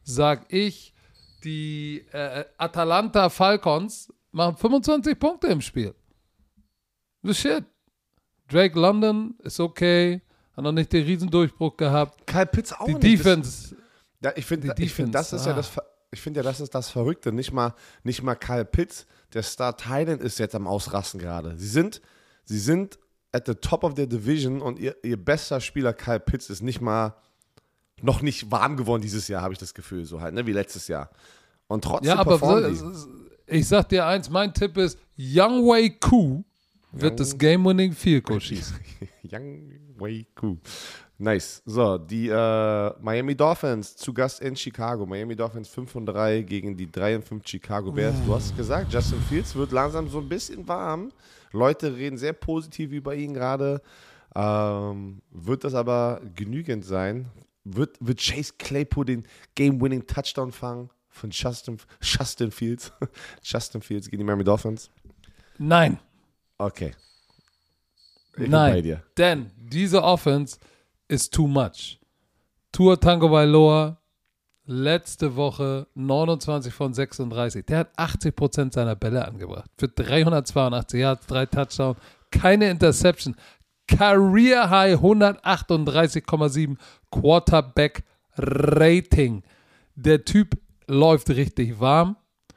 sag ich, die Atalanta Falcons machen 25 Punkte im Spiel. The shit. Drake London ist okay, hat noch nicht den Riesendurchbruch gehabt. Kyle Pitts auch die nicht. Defense. Ich finde, das ist ja das ist das Verrückte. Nicht mal Kyle Pitts, der Star Titan ist jetzt am Ausrasten gerade. Sie sind at the top of their division und ihr bester Spieler Kyle Pitts ist noch nicht warm geworden dieses Jahr, habe ich das Gefühl, so halt, ne, wie letztes Jahr. Und trotzdem performen die. Ich sag dir eins, mein Tipp ist, Younghoe Koo wird das Game-Winning Field Goal schießen. Younghoe Koo. Nice. So, die Miami Dolphins zu Gast in Chicago. Miami Dolphins 5-3 gegen die 3-5 Chicago Bears. Du hast gesagt, Justin Fields wird langsam so ein bisschen warm. Leute reden sehr positiv über ihn gerade. Wird das aber genügend sein? Wird Chase Claypool den Game-Winning Touchdown fangen von Justin Fields? Justin Fields gegen die Miami Dolphins? Nein. Okay. Ich bin Nein, bei dir. denn diese Offense ist too much. Tua Tagovailoa letzte Woche 29 von 36. Der hat 80% seiner Bälle angebracht. Für 382 Yards, 3 Touchdowns, keine Interception. Career High 138,7 Quarterback Rating. Der Typ läuft richtig warm.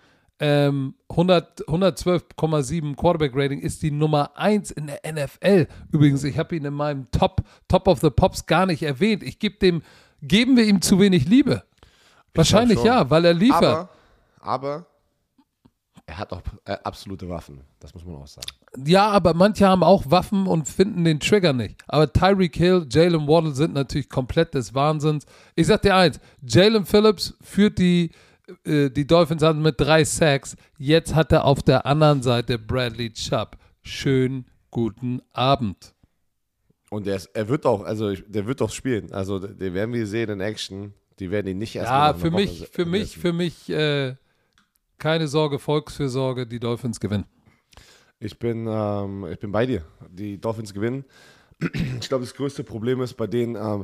112,7 Quarterback Rating ist die Nummer 1 in der NFL. Übrigens, ich habe ihn in meinem Top of the Pops gar nicht erwähnt. Geben wir ihm zu wenig Liebe? Wahrscheinlich ja, weil er liefert. Aber er hat auch absolute Waffen. Das muss man auch sagen. Ja, aber manche haben auch Waffen und finden den Trigger nicht. Aber Tyreek Hill, Jalen Waddle sind natürlich komplett des Wahnsinns. Ich sag dir eins, Jalen Phillips führt die Dolphins an mit 3 Sacks. Jetzt hat er auf der anderen Seite Bradley Chubb. Schönen guten Abend. Und der wird auch spielen. Also den werden wir sehen in Action. Die werden ihn nicht erst für mich keine Sorge, Volksfürsorge, die Dolphins gewinnen. Ich bin bei dir. Die Dolphins gewinnen. Ich glaube, das größte Problem ist bei denen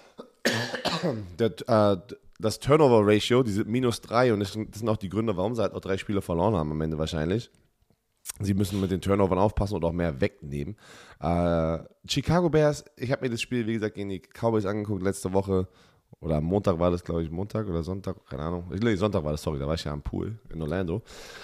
das Turnover-Ratio, die sind -3 und das sind auch die Gründe, warum sie halt auch 3 Spiele verloren haben am Ende wahrscheinlich. Sie müssen mit den Turnovern aufpassen und auch mehr wegnehmen. Chicago Bears, ich habe mir das Spiel, wie gesagt, gegen die Cowboys angeguckt letzte Woche. Oder am Montag war das, glaube ich, Montag oder Sonntag, keine Ahnung. Sonntag war das, sorry, da war ich ja am Pool in Orlando.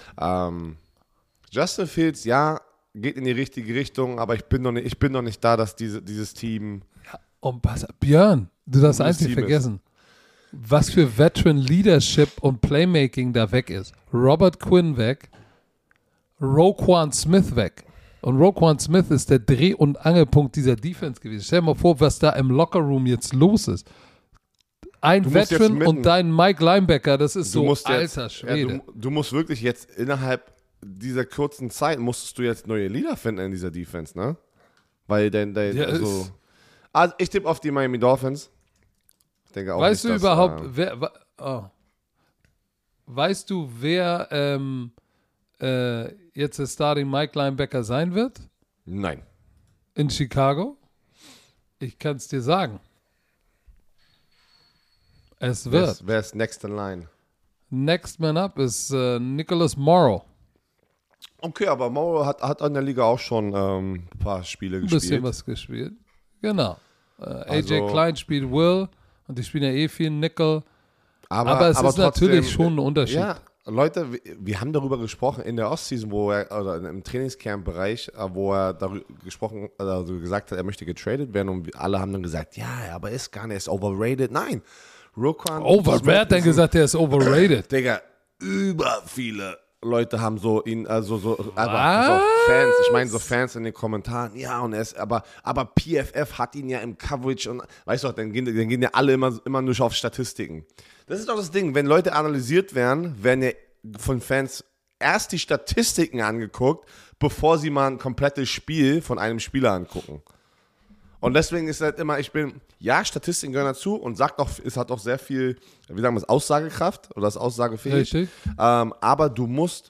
Justin Fields, ja, geht in die richtige Richtung, aber ich bin noch nicht da, dass dieses Team... Ja, und Björn, du darfst eins nicht vergessen. Was für Veteran Leadership und Playmaking da weg ist. Robert Quinn weg, Roquan Smith weg. Und Roquan Smith ist der Dreh- und Angelpunkt dieser Defense gewesen. Stell dir mal vor, was da im Lockerroom jetzt los ist. Ein Veteran und dein Mike Linebacker, das ist so alter Schwede. Ja, du musst wirklich jetzt innerhalb dieser kurzen Zeit musstest du jetzt neue Leader finden in dieser Defense, ne? Weil also ich tippe auf die Miami Dolphins. Ich denke auch weißt nicht, du überhaupt, weißt du, wer jetzt der Starting Mike Linebacker sein wird? Nein. In Chicago? Ich kann es dir sagen. Es wird. Wer ist next in line? Next man up ist Nicholas Morrow. Okay, aber Morrow hat in der Liga auch schon ein paar Spiele gespielt. Ein bisschen was gespielt. Genau. AJ Klein spielt Will und die spielen ja eh viel Nickel. Aber es ist trotzdem, natürlich schon ein Unterschied. Ja, Leute, wir haben darüber gesprochen in der Ostseason, oder im Trainingscamp-Bereich, wo er darüber gesagt hat, er möchte getradet werden und alle haben dann gesagt, ja, aber ist gar nicht, er ist overrated. Nein. Wer hat denn gesagt, er ist overrated? Digga, über viele Leute haben so ihn, also so Fans, ich meine so Fans in den Kommentaren, ja, und er ist, aber PFF hat ihn ja im Coverage und, weißt du, dann gehen ja alle immer nur auf Statistiken. Das ist doch das Ding, wenn Leute analysiert werden ja von Fans erst die Statistiken angeguckt, bevor sie mal ein komplettes Spiel von einem Spieler angucken. Und deswegen ist halt immer, Statistiken gehören dazu und es hat auch sehr viel, wie sagen wir es, Aussagekraft oder ist aussagefähig. Richtig. Aber du musst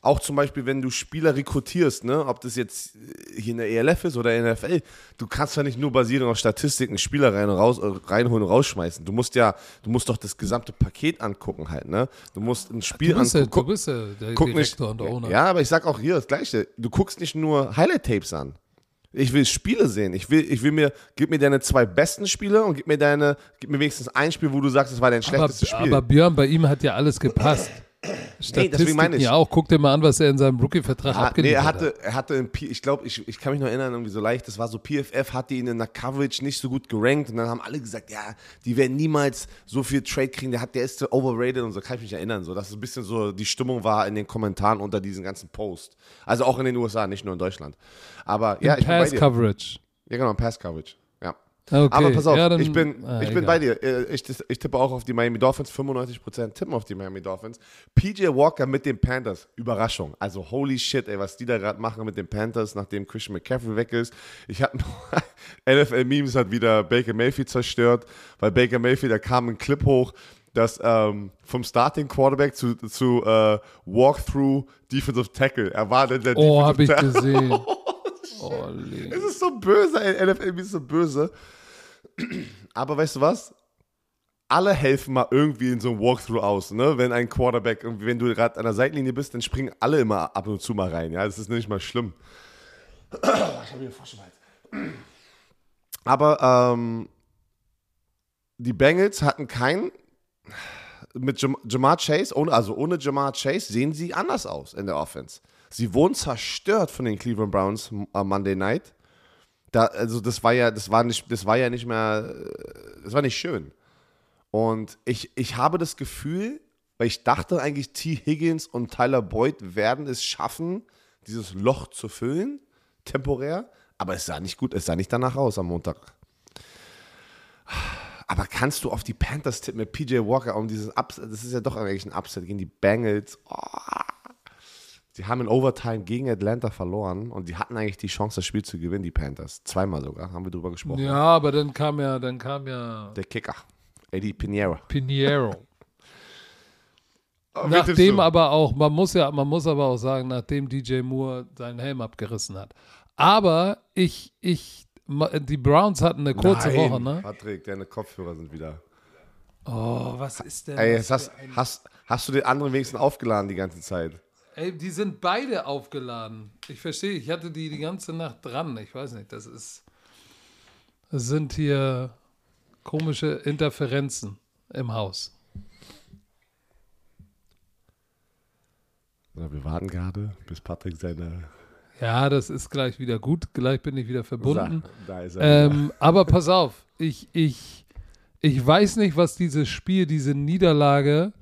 auch zum Beispiel, wenn du Spieler rekrutierst, ne, ob das jetzt hier in der ELF ist oder in der NFL, du kannst ja nicht nur basierend auf Statistiken Spieler reinholen und rausschmeißen. Du musst doch das gesamte Paket angucken halt, ne? Du musst ein Spiel angucken. Du bist ja der Direktor und der Owner. Ja, aber ich sag auch hier das Gleiche. Du guckst nicht nur Highlight-Tapes an. Ich will Spiele sehen. Gib mir deine 2 besten Spiele und gib mir wenigstens ein Spiel, wo du sagst, das war dein schlechtestes Spiel. Aber Björn, bei ihm hat ja alles gepasst. Statistiken meine ich. Ja auch. Guck dir mal an, was er in seinem Rookie-Vertrag abgeliefert hat. Er hatte ich glaube, ich kann mich noch erinnern, irgendwie so leicht, das war so, PFF hatte ihn in der Coverage nicht so gut gerankt und dann haben alle gesagt, ja, die werden niemals so viel Trade kriegen, der ist so overrated und so, kann ich mich erinnern, so, dass es ein bisschen so die Stimmung war in den Kommentaren unter diesen ganzen Posts. Also auch in den USA, nicht nur in Deutschland. Aber ja, ich bin bei dir. Pass-Coverage. Ja, genau, Pass-Coverage. Ja. Okay. Aber pass auf, ja, dann, ich bin bei dir. Ich tippe auch auf die Miami Dolphins, 95% tippen auf die Miami Dolphins. PJ Walker mit den Panthers, Überraschung. Also holy shit, ey, was die da gerade machen mit den Panthers, nachdem Christian McCaffrey weg ist. Ich hatte NFL-Memes hat wieder Baker Mayfield zerstört, weil Baker Mayfield, da kam ein Clip hoch, dass vom Starting Quarterback zu Walkthrough Defensive Tackle. Er war dann der Defensive Tackle. Oh, hab ich gesehen. Es ist so böse, ey. NFL ist so böse. Aber weißt du was? Alle helfen mal irgendwie in so einem Walkthrough aus, ne? Wenn ein Quarterback, wenn du gerade an der Seitenlinie bist, dann springen alle immer ab und zu mal rein, ja? Das ist nicht mal schlimm. Ich habe hier Froschewald. Aber die Bengals hatten keinen mit Ja'Marr Chase, ohne Ja'Marr Chase sehen sie anders aus in der Offense. Sie wurden zerstört von den Cleveland Browns am Monday Night. Das war nicht schön. Und ich habe das Gefühl, weil ich dachte eigentlich, T. Higgins und Tyler Boyd werden es schaffen, dieses Loch zu füllen, temporär. Aber es sah nicht gut, es sah nicht danach aus am Montag. Aber kannst du auf die Panthers tippen mit PJ Walker um dieses Upset? Das ist ja doch eigentlich ein Upset gegen die Bengals. Sie haben in Overtime gegen Atlanta verloren und die hatten eigentlich die Chance, das Spiel zu gewinnen, die Panthers. 2-mal sogar, haben wir drüber gesprochen. Ja, aber dann kam ja der Kicker, Eddie Pinheiro. Nachdem aber auch, man muss aber auch sagen, nachdem DJ Moore seinen Helm abgerissen hat. Aber die Browns hatten eine kurze Woche, ne? Patrick, deine Kopfhörer sind wieder. Oh, was ist denn Ey, das? hast du den anderen wenigstens aufgeladen die ganze Zeit? Ey, die sind beide aufgeladen. Ich verstehe, ich hatte die ganze Nacht dran. Ich weiß nicht, das sind hier komische Interferenzen im Haus. Wir warten gerade, bis Patrick seine... Ja, das ist gleich wieder gut. Gleich bin ich wieder verbunden. Da ist er aber pass auf, ich weiß nicht, was dieses Spiel, diese Niederlage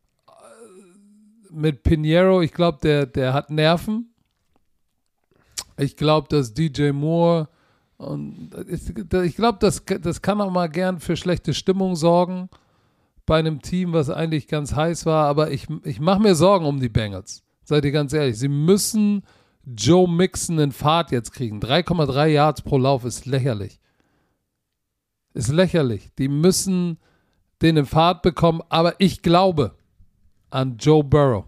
mit Pinheiro, ich glaube, der hat Nerven. Ich glaube, dass DJ Moore und ich glaube, das kann auch mal gern für schlechte Stimmung sorgen bei einem Team, was eigentlich ganz heiß war. Aber ich mache mir Sorgen um die Bengals. Seid ihr ganz ehrlich. Sie müssen Joe Mixon in Fahrt jetzt kriegen. 3,3 Yards pro Lauf ist lächerlich. Ist lächerlich. Die müssen den in Fahrt bekommen. Aber ich glaube an Joe Burrow.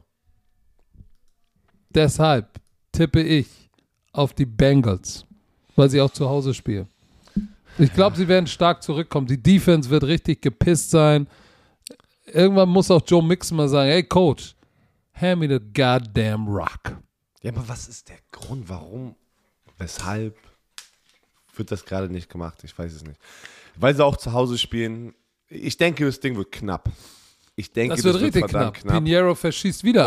Deshalb tippe ich auf die Bengals, weil sie auch zu Hause spielen. Ich glaube, sie werden stark zurückkommen. Die Defense wird richtig gepisst sein. Irgendwann muss auch Joe Mixon mal sagen, hey Coach, hand me the goddamn rock. Ja, aber was ist der Grund, warum, weshalb wird das gerade nicht gemacht? Ich weiß es nicht. Weil sie auch zu Hause spielen. Ich denke, das Ding wird knapp. Ich denke, das wird richtig knapp. Pinheiro verschießt wieder.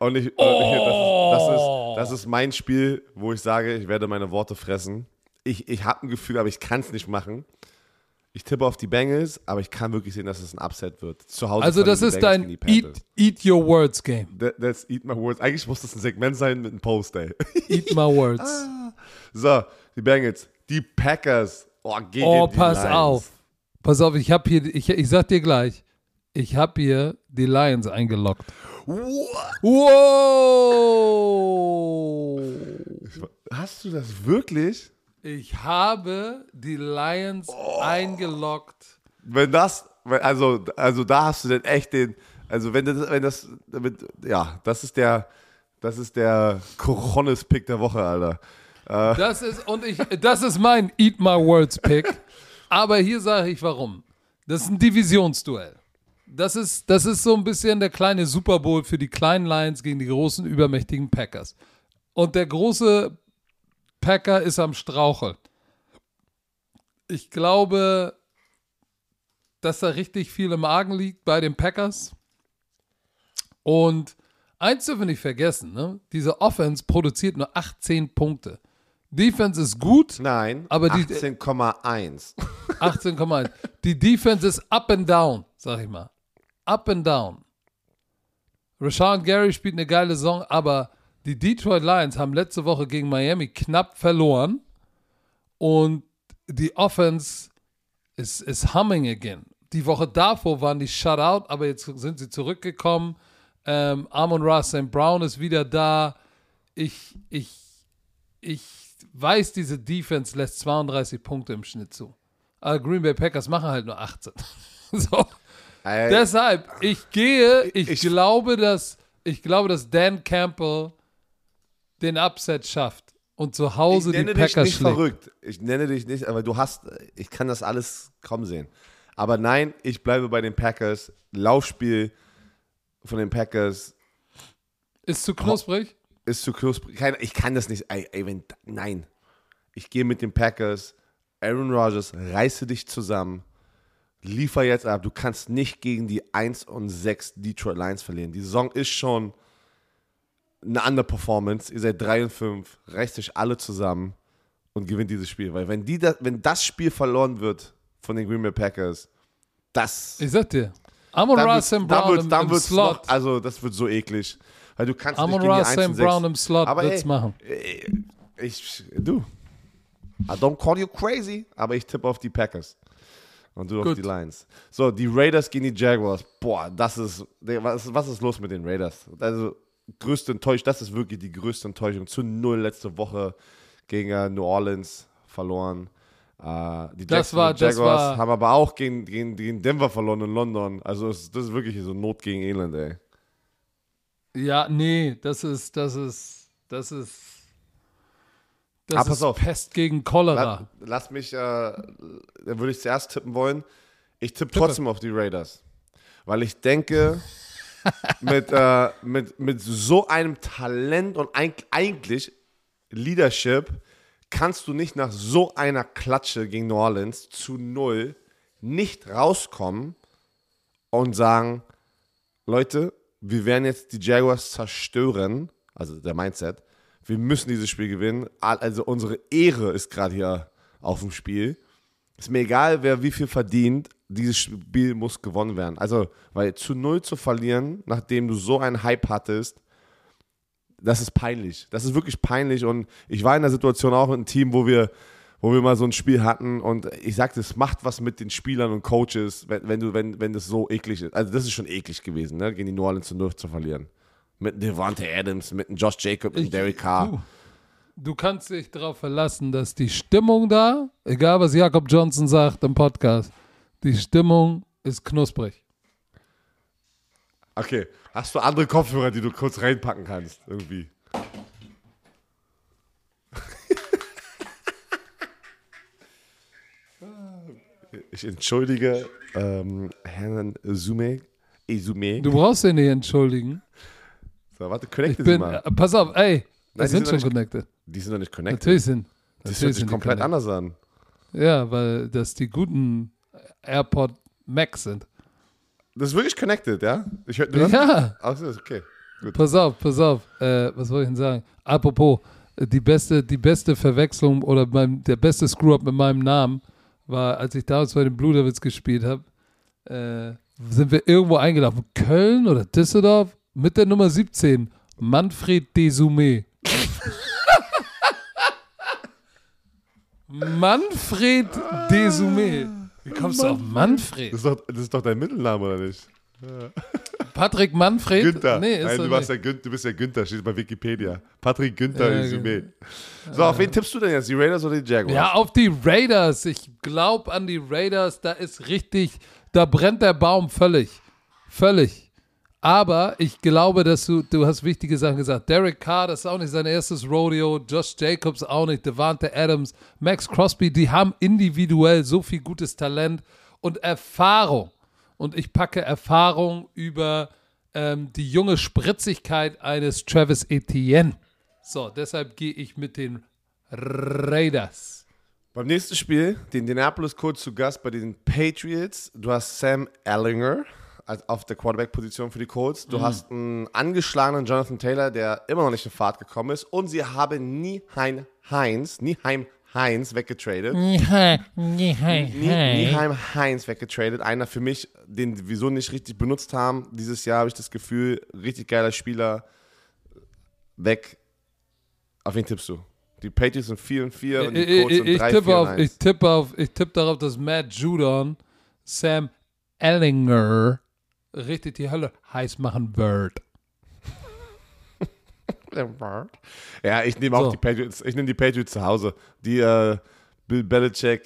Das ist mein Spiel, wo ich sage, ich werde meine Worte fressen. Ich habe ein Gefühl, aber ich kann es nicht machen. Ich tippe auf die Bengals, aber ich kann wirklich sehen, dass es ein Upset wird. Zu Hause also das ist dein Eat Your Words Game. That's Eat My Words. Eigentlich muss das ein Segment sein mit einem Post, ey. Eat My Words. So, die Bengals. Die Packers. Gegen die pass Lions. auf. Pass auf, ich sag dir gleich, ich habe hier die Lions eingeloggt. Wow! Hast du das wirklich? Ich habe die Lions eingeloggt. Also da hast du denn echt das ist der Das ist der Cojones-Pick der Woche, Alter. Das ist mein Eat My Words Pick. Aber hier sage ich warum. Das ist ein Divisionsduell. Das ist so ein bisschen der kleine Super Bowl für die kleinen Lions gegen die großen, übermächtigen Packers. Und der große Packer ist am Straucheln. Ich glaube, dass da richtig viel im Argen liegt bei den Packers. Und eins dürfen wir nicht vergessen, ne? Diese Offense produziert nur 18 Punkte. Defense ist gut. Nein, aber 18,1. 18,1. Die Defense ist up and down, sag ich mal. Up and down. Rashawn Gary spielt eine geile Saison, aber die Detroit Lions haben letzte Woche gegen Miami knapp verloren und die Offense ist humming again. Die Woche davor waren die shut out, aber jetzt sind sie zurückgekommen. Amon-Ra St. Brown ist wieder da. Ich weiß, diese Defense lässt 32 Punkte im Schnitt zu. Aber Green Bay Packers machen halt nur 18. So. Deshalb, ich glaube, dass Dan Campbell den Upset schafft und zu Hause die Packers schlägt. Ich nenne dich nicht verrückt. Ich nenne dich nicht, aber ich kann das alles kommen sehen. Aber nein, ich bleibe bei den Packers. Laufspiel von den Packers. Ist zu knusprig? Ist zu knusprig. Ich kann das nicht. Nein. Ich gehe mit den Packers. Aaron Rodgers, reiße dich zusammen. Liefer jetzt ab. Du kannst nicht gegen die 1-6 Detroit Lions verlieren. Die Saison ist schon eine Underperformance. Ihr seid 3-5. Reißt euch alle zusammen und gewinnt dieses Spiel. Weil wenn das Spiel verloren wird von den Green Bay Packers, ich sag dir, Amon-Ra St. Brown im Slot. Das wird so eklig. Weil du kannst Amon-Ra St. Brown im Slot wird's machen. I don't call you crazy, aber ich tippe auf die Packers. Und du auf die Lions. So, die Raiders gegen die Jaguars. Boah, was ist los mit den Raiders? Also, das ist wirklich die größte Enttäuschung. 0 letzte Woche gegen New Orleans verloren. Die Jaguars haben aber auch gegen Denver verloren in London. Also, das ist wirklich so Not gegen Elend, ey. Ja, nee, das ist Pest gegen Cholera. Lass mich, da würde ich zuerst tippen wollen. Ich tippe trotzdem auf die Raiders. Weil ich denke, mit so einem Talent und eigentlich Leadership kannst du nicht nach so einer Klatsche gegen New Orleans zu 0 nicht rauskommen und sagen, Leute, wir werden jetzt die Jaguars zerstören, also der Mindset. Wir müssen dieses Spiel gewinnen. Also unsere Ehre ist gerade hier auf dem Spiel. Ist mir egal, wer wie viel verdient. Dieses Spiel muss gewonnen werden. Also, weil zu 0 zu verlieren, nachdem du so einen Hype hattest, das ist peinlich. Das ist wirklich peinlich. Und ich war in der Situation auch mit einem Team, wo wir mal so ein Spiel hatten. Und ich sagte, es macht was mit den Spielern und Coaches, wenn das so eklig ist. Also das ist schon eklig gewesen, ne? Gegen die New Orleans zu 0 zu verlieren. Mit Devontae Adams, mit Josh Jacobs und Derek Carr. Du kannst dich darauf verlassen, dass die Stimmung da, egal was Jakob Johnson sagt im Podcast, die Stimmung ist knusprig. Okay, hast du andere Kopfhörer, die du kurz reinpacken kannst, irgendwie? Ich entschuldige Herrn Ezume. Du brauchst ihn nicht entschuldigen. So, warte, connecte sie mal. Pass auf, ey, die sind schon connected. Die sind doch nicht connected. Natürlich sind. Das hört sich komplett anders an. Ja, weil das die guten AirPod Max sind. Das ist wirklich connected, ja? Ja. Ach, ist okay. Gut. Pass auf. Was soll ich denn sagen? Apropos, die beste Verwechslung oder der beste Screw-Up mit meinem Namen war, als ich damals bei den Blue Devils gespielt habe, sind wir irgendwo eingelaufen. Köln oder Düsseldorf mit der Nummer 17. Manfred Desume. Manfred Desume. Wie kommst du auf Manfred? Das ist doch dein Mittelname, oder nicht? Ja. Patrick Manfred? Günther. Nee, Nein, du bist ja Günther, steht bei Wikipedia. Patrick Günther Desume. So, auf wen tippst du denn jetzt? Die Raiders oder die Jaguars? Ja, auf die Raiders. Ich glaube an die Raiders. Da ist richtig, da brennt der Baum völlig. Völlig. Aber ich glaube, dass du hast wichtige Sachen gesagt. Derek Carr, das ist auch nicht sein erstes Rodeo. Josh Jacobs auch nicht. Devante Adams, Max Crosby, die haben individuell so viel gutes Talent und Erfahrung. Und ich packe Erfahrung über die junge Spritzigkeit eines Travis Etienne. So, deshalb gehe ich mit den Raiders. Beim nächsten Spiel, die Indianapolis Colts zu Gast bei den Patriots. Du hast Sam Ehlinger auf der Quarterback-Position für die Colts. Du hast einen angeschlagenen Jonathan Taylor, der immer noch nicht in Fahrt gekommen ist. Und sie haben Nyheim Hines weggetradet. Nyheim Hines weggetradet. Einer für mich, den wir so nicht richtig benutzt haben. Dieses Jahr habe ich das Gefühl, richtig geiler Spieler weg. Auf wen tippst du? Die Patriots sind 4-4 und die Colts sind 3-4-1. Ich tippe darauf, dass Matt Judon Sam Ehlinger richtig die Hölle heiß machen wird. Ja, ich nehme auch die Patriots. Ich nehme die Patriots zu Hause. Die Bill Belichick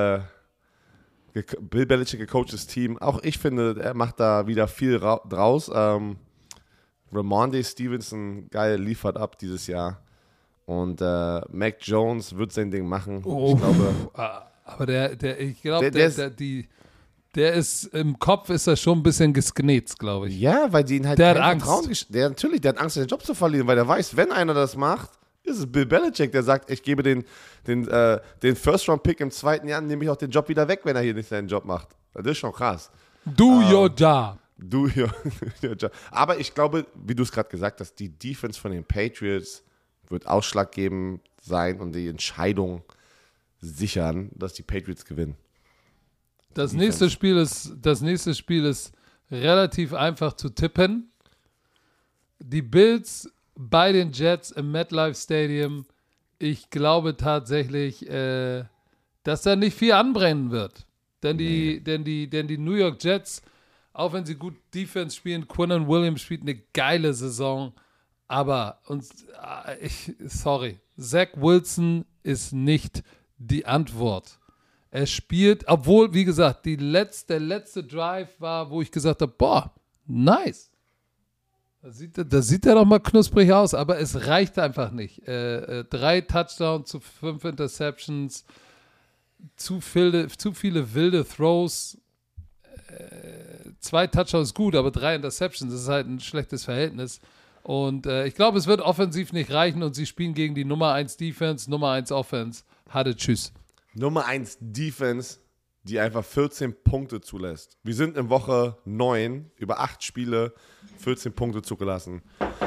gecoachtes Team. Auch ich finde, er macht da wieder viel draus. Ramondre Stevenson, geil, liefert ab dieses Jahr. Und Mac Jones wird sein Ding machen. Ich glaube. Aber der ist im Kopf ist er schon ein bisschen gesknetzt, glaube ich. Ja, weil die ihn halt der hat Angst. Der hat Angst, seinen Job zu verlieren, weil er weiß, wenn einer das macht, ist es Bill Belichick, der sagt, ich gebe den First-Round-Pick im zweiten Jahr, nehme ich auch den Job wieder weg, wenn er hier nicht seinen Job macht. Das ist schon krass. Do your job. Do your job. Aber ich glaube, wie du es gerade gesagt hast, die Defense von den Patriots wird ausschlaggebend sein und die Entscheidung sichern, dass die Patriots gewinnen. Das nächste Spiel ist relativ einfach zu tippen. Die Bills bei den Jets im MetLife Stadium. Ich glaube tatsächlich, dass da nicht viel anbrennen wird. Denn die New York Jets, auch wenn sie gut Defense spielen, Quinnen Williams spielt eine geile Saison. Aber, Zach Wilson ist nicht die Antwort. Er spielt, obwohl, wie gesagt, der letzte Drive war, wo ich gesagt habe, boah, nice. Da sieht er doch mal knusprig aus, aber es reicht einfach nicht. 3 Touchdowns zu 5 Interceptions, zu viele wilde Throws. 2 Touchdowns ist gut, aber 3 Interceptions, das ist halt ein schlechtes Verhältnis. Und ich glaube, es wird offensiv nicht reichen und sie spielen gegen die Nummer 1 Defense, Nummer 1 Offense. Hatte, tschüss. Nummer 1 Defense, die einfach 14 Punkte zulässt. Wir sind in Woche 9, über 8 Spiele, 14 Punkte zugelassen.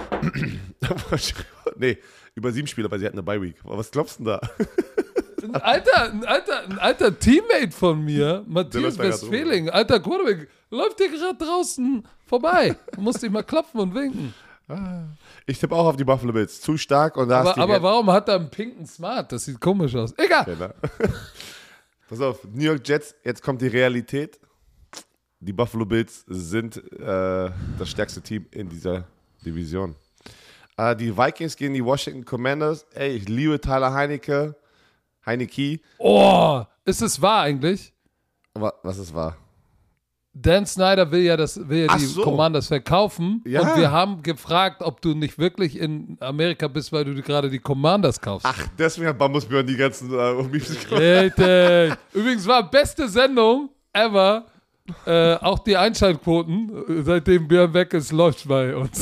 Nee, über 7 Spiele, weil sie hatten eine Bye-Week. Was glaubst du denn da? Ein alter Teammate von mir, Matthias Westfäling, alter Quarterback, läuft hier gerade draußen vorbei. Du musst dich mal klopfen und winken. Ich tippe auch auf die Buffalo Bills. Zu stark. Und da aber warum hat er einen pinken Smart? Das sieht komisch aus. Egal. Genau. Pass auf, New York Jets, jetzt kommt die Realität. Die Buffalo Bills sind das stärkste Team in dieser Division. Die Vikings gegen die Washington Commanders. Ey, ich liebe Tyler Heineke. Oh, ist es wahr eigentlich? Was ist wahr? Dan Snyder will ja die Commanders verkaufen. Ja. Und wir haben gefragt, ob du nicht wirklich in Amerika bist, weil du gerade die Commanders kaufst. Ach, deswegen hat Bambusbjörn die ganzen Richtig. Übrigens war beste Sendung ever. Auch die Einschaltquoten, seitdem Björn weg ist, läuft bei uns.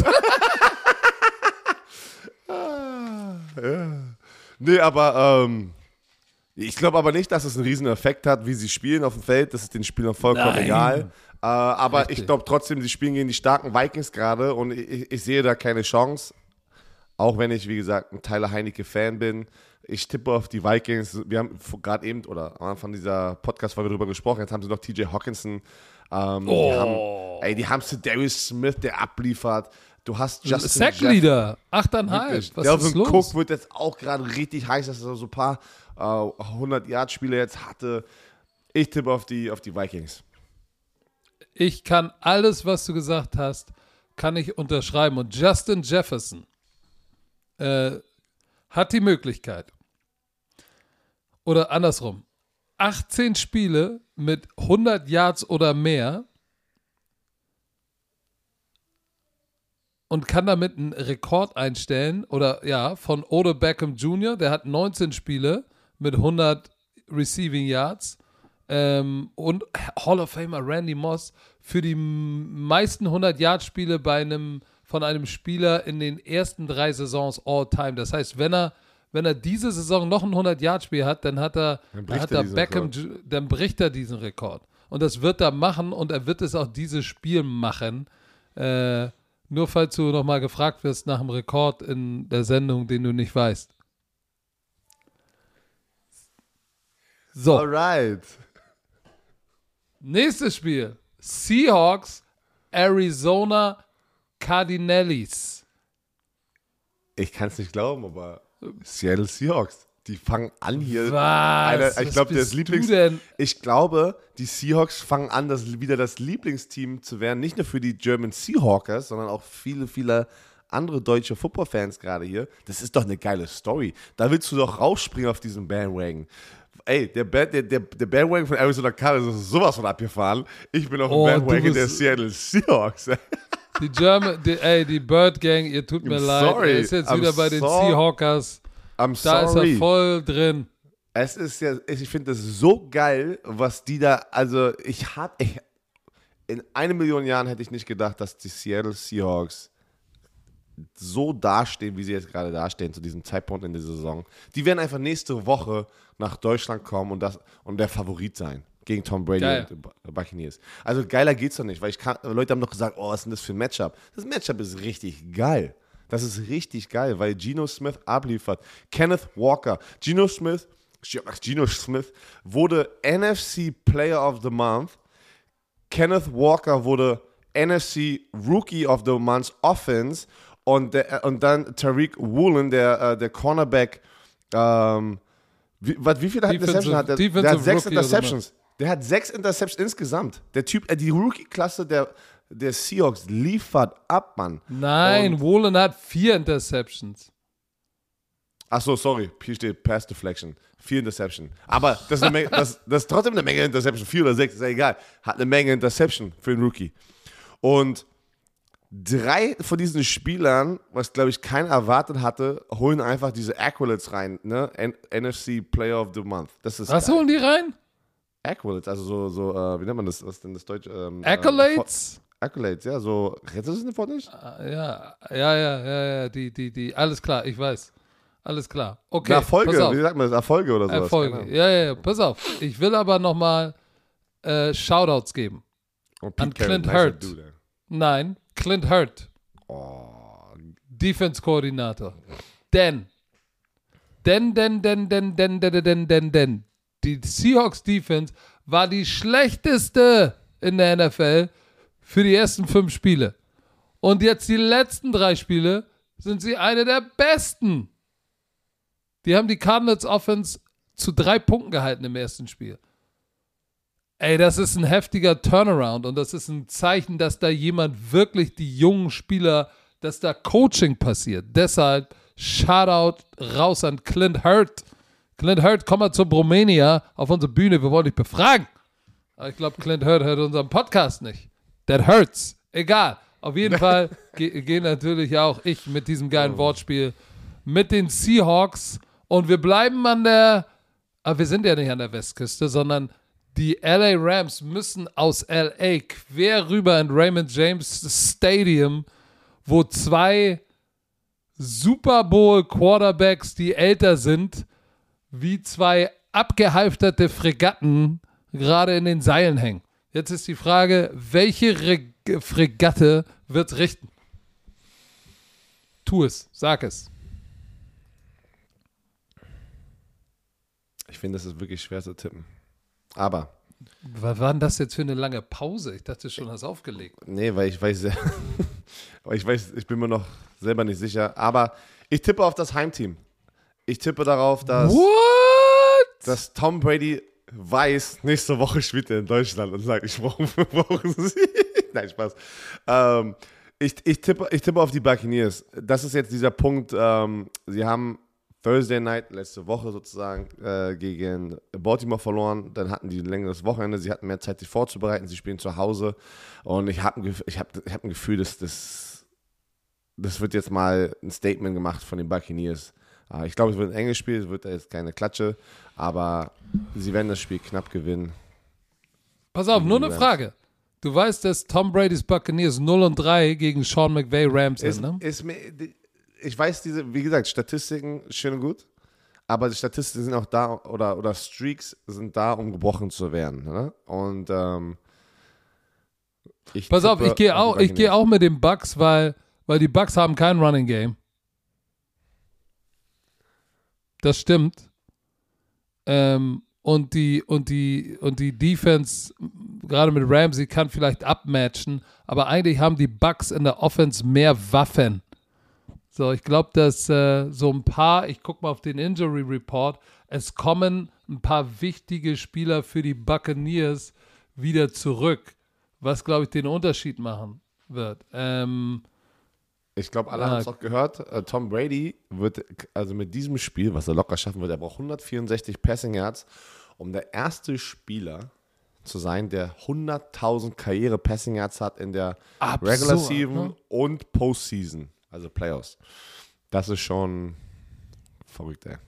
Ja. Nee, aber ich glaube aber nicht, dass es einen riesen Effekt hat, wie sie spielen auf dem Feld. Das ist den Spielern vollkommen egal. Aber richtig. Ich glaube trotzdem, sie spielen gegen die starken Vikings gerade und ich sehe da keine Chance. Auch wenn ich, wie gesagt, ein Tyler Heineke-Fan bin. Ich tippe auf die Vikings. Wir haben gerade eben, oder am Anfang dieser Podcast-Folge darüber gesprochen, jetzt haben sie noch TJ Hawkinson. Die haben Darius Smith, der abliefert. Du hast Justin Sackleader, 8,5. Was ist los? Cook wird jetzt auch gerade richtig heiß, dass er so ein paar 100-Yard-Spiele jetzt hatte. Ich tippe auf die Vikings. Ich kann alles, was du gesagt hast, kann ich unterschreiben. Und Justin Jefferson hat die Möglichkeit, oder andersrum, 18 Spiele mit 100 Yards oder mehr und kann damit einen Rekord einstellen, von Odell Beckham Jr., der hat 19 Spiele mit 100 Receiving Yards, und Hall of Famer Randy Moss für die meisten 100-Yard-Spiele von einem Spieler in den ersten 3 Saisons all-time. Das heißt, wenn er diese Saison noch ein 100-Yard-Spiel hat, dann bricht er diesen Rekord. Und das wird er machen und er wird es auch dieses Spiel machen. Nur falls du nochmal gefragt wirst nach dem Rekord in der Sendung, den du nicht weißt. So. Alright. Nächstes Spiel. Seahawks, Arizona Cardinals. Ich kann es nicht glauben, aber Seattle Seahawks, die fangen an hier. Was? Ich glaube, Ich glaube, die Seahawks fangen an, wieder das Lieblingsteam zu werden. Nicht nur für die German Seahawkers, sondern auch viele, viele andere deutsche Football-Fans gerade hier. Das ist doch eine geile Story. Da willst du doch rausspringen auf diesen Bandwagon. Ey, der Bandwagon von Arizona Cardinals ist sowas von abgefahren. Ich bin auf dem Bandwagon der Seattle Seahawks. Die Bird Gang, ihr tut mir leid. Er ist jetzt wieder bei den Seahawkers. Da ist er voll drin. Es ist ja, ich finde das so geil, was die da, also in 1 Million Jahren hätte ich nicht gedacht, dass die Seattle Seahawks so dastehen, wie sie jetzt gerade dastehen, zu diesem Zeitpunkt in der Saison. Die werden einfach nächste Woche nach Deutschland kommen und der Favorit sein gegen Tom Brady Geil. und die Buccaneers. Also geiler geht's doch nicht, weil Leute haben doch gesagt, was ist denn das für ein Matchup? Das Matchup ist richtig geil. Das ist richtig geil, weil Geno Smith abliefert. Kenneth Walker. Geno Smith wurde NFC Player of the Month. Kenneth Walker wurde NFC Rookie of the Month Offense. Und dann Tariq Woolen, der Cornerback, wie viele Interceptions hat der? Der hat 6 Interceptions. Der hat 6 Interceptions insgesamt. Der Typ, die Rookie-Klasse der Seahawks liefert ab, Mann. Nein, Woolen hat 4 Interceptions. Achso, sorry. Hier steht Pass Deflection. 4 Interception. Aber das ist trotzdem eine Menge Interception. 4 oder 6, ist ja egal. Hat eine Menge Interception für einen Rookie. Und 3 von diesen Spielern, was glaube ich keiner erwartet hatte, holen einfach diese Accolades rein, ne? NFC Player of the Month. Das ist was holen die rein? Accolades, also so wie nennt man das? Was ist denn das Deutsche? Accolades? Accolades, ja, so, kennst du das nicht von dich? Ja, die, alles klar, ich weiß. Alles klar. Okay, Erfolge, pass auf. wie sagt man das? Erfolge oder sowas? Erfolge, ja, pass auf. Ich will aber nochmal Shoutouts geben. An Clint Hurt. Nein, Clint Hurt. Defense-Koordinator. Denn die Seahawks Defense war die schlechteste in der NFL für die ersten 5 Spiele. Und jetzt die letzten 3 Spiele sind sie eine der besten. Die haben die Cardinals Offense zu 3 Punkten gehalten im ersten Spiel. Ey, das ist ein heftiger Turnaround und das ist ein Zeichen, dass da jemand wirklich die jungen Spieler, dass da Coaching passiert. Deshalb Shoutout raus an Clint Hurt. Clint Hurt, komm mal zur Bromania auf unsere Bühne, wir wollen dich befragen. Aber ich glaube, Clint Hurt hört unseren Podcast nicht. That hurts. Egal. Auf jeden Fall gehe natürlich auch ich mit diesem geilen Wortspiel mit den Seahawks und wir bleiben aber wir sind ja nicht an der Westküste, sondern die LA Rams müssen aus LA quer rüber in Raymond James Stadium, wo 2 Super Bowl Quarterbacks, die älter sind, wie 2 abgehalfterte Fregatten gerade in den Seilen hängen. Jetzt ist die Frage, welche Fregatte wird's richten? Tu es, sag es. Ich finde, das ist wirklich schwer zu tippen. Aber. Was war denn das jetzt für eine lange Pause? Ich dachte schon, hast aufgelegt. Nee, weil ich weiß, ich bin mir noch selber nicht sicher. Aber ich tippe auf das Heimteam. Ich tippe darauf, dass Tom Brady weiß, nächste Woche spielt er in Deutschland und sagt, ich brauche sie. Nein, Spaß. Ich tippe auf die Buccaneers. Das ist jetzt dieser Punkt. Sie haben Thursday Night, letzte Woche sozusagen, gegen Baltimore verloren. Dann hatten die ein längeres Wochenende. Sie hatten mehr Zeit, sich vorzubereiten. Sie spielen zu Hause. Und ich hab ein Gefühl, dass das wird jetzt mal ein Statement gemacht von den Buccaneers. Ich glaube, es wird ein enges Spiel, es wird jetzt keine Klatsche, aber sie werden das Spiel knapp gewinnen. Pass auf, nur eine Frage. Du weißt, dass Tom Brady's Buccaneers 0-3 gegen Sean McVay Rams sind, ne? Ich weiß, wie gesagt, Statistiken schön und gut, aber die Statistiken sind auch da, oder Streaks sind da, um gebrochen zu werden. Ne? Und pass auf, ich gehe auch mit den Bucks, weil die Bucks haben kein Running Game. Das stimmt. Und die Defense, gerade mit Ramsey, kann vielleicht abmatchen, aber eigentlich haben die Bucks in der Offense mehr Waffen. So, ich glaube, dass so ein paar, ich gucke mal auf den Injury Report, es kommen ein paar wichtige Spieler für die Buccaneers wieder zurück, was, glaube ich, den Unterschied machen wird. Ich glaube, alle haben es auch gehört. Tom Brady wird also mit diesem Spiel, was er locker schaffen wird, er braucht 164 Passing Yards, um der erste Spieler zu sein, der 100.000 Karriere-Passing Yards hat in der Regular Season und Postseason, also Playoffs. Das ist schon verrückt, ey.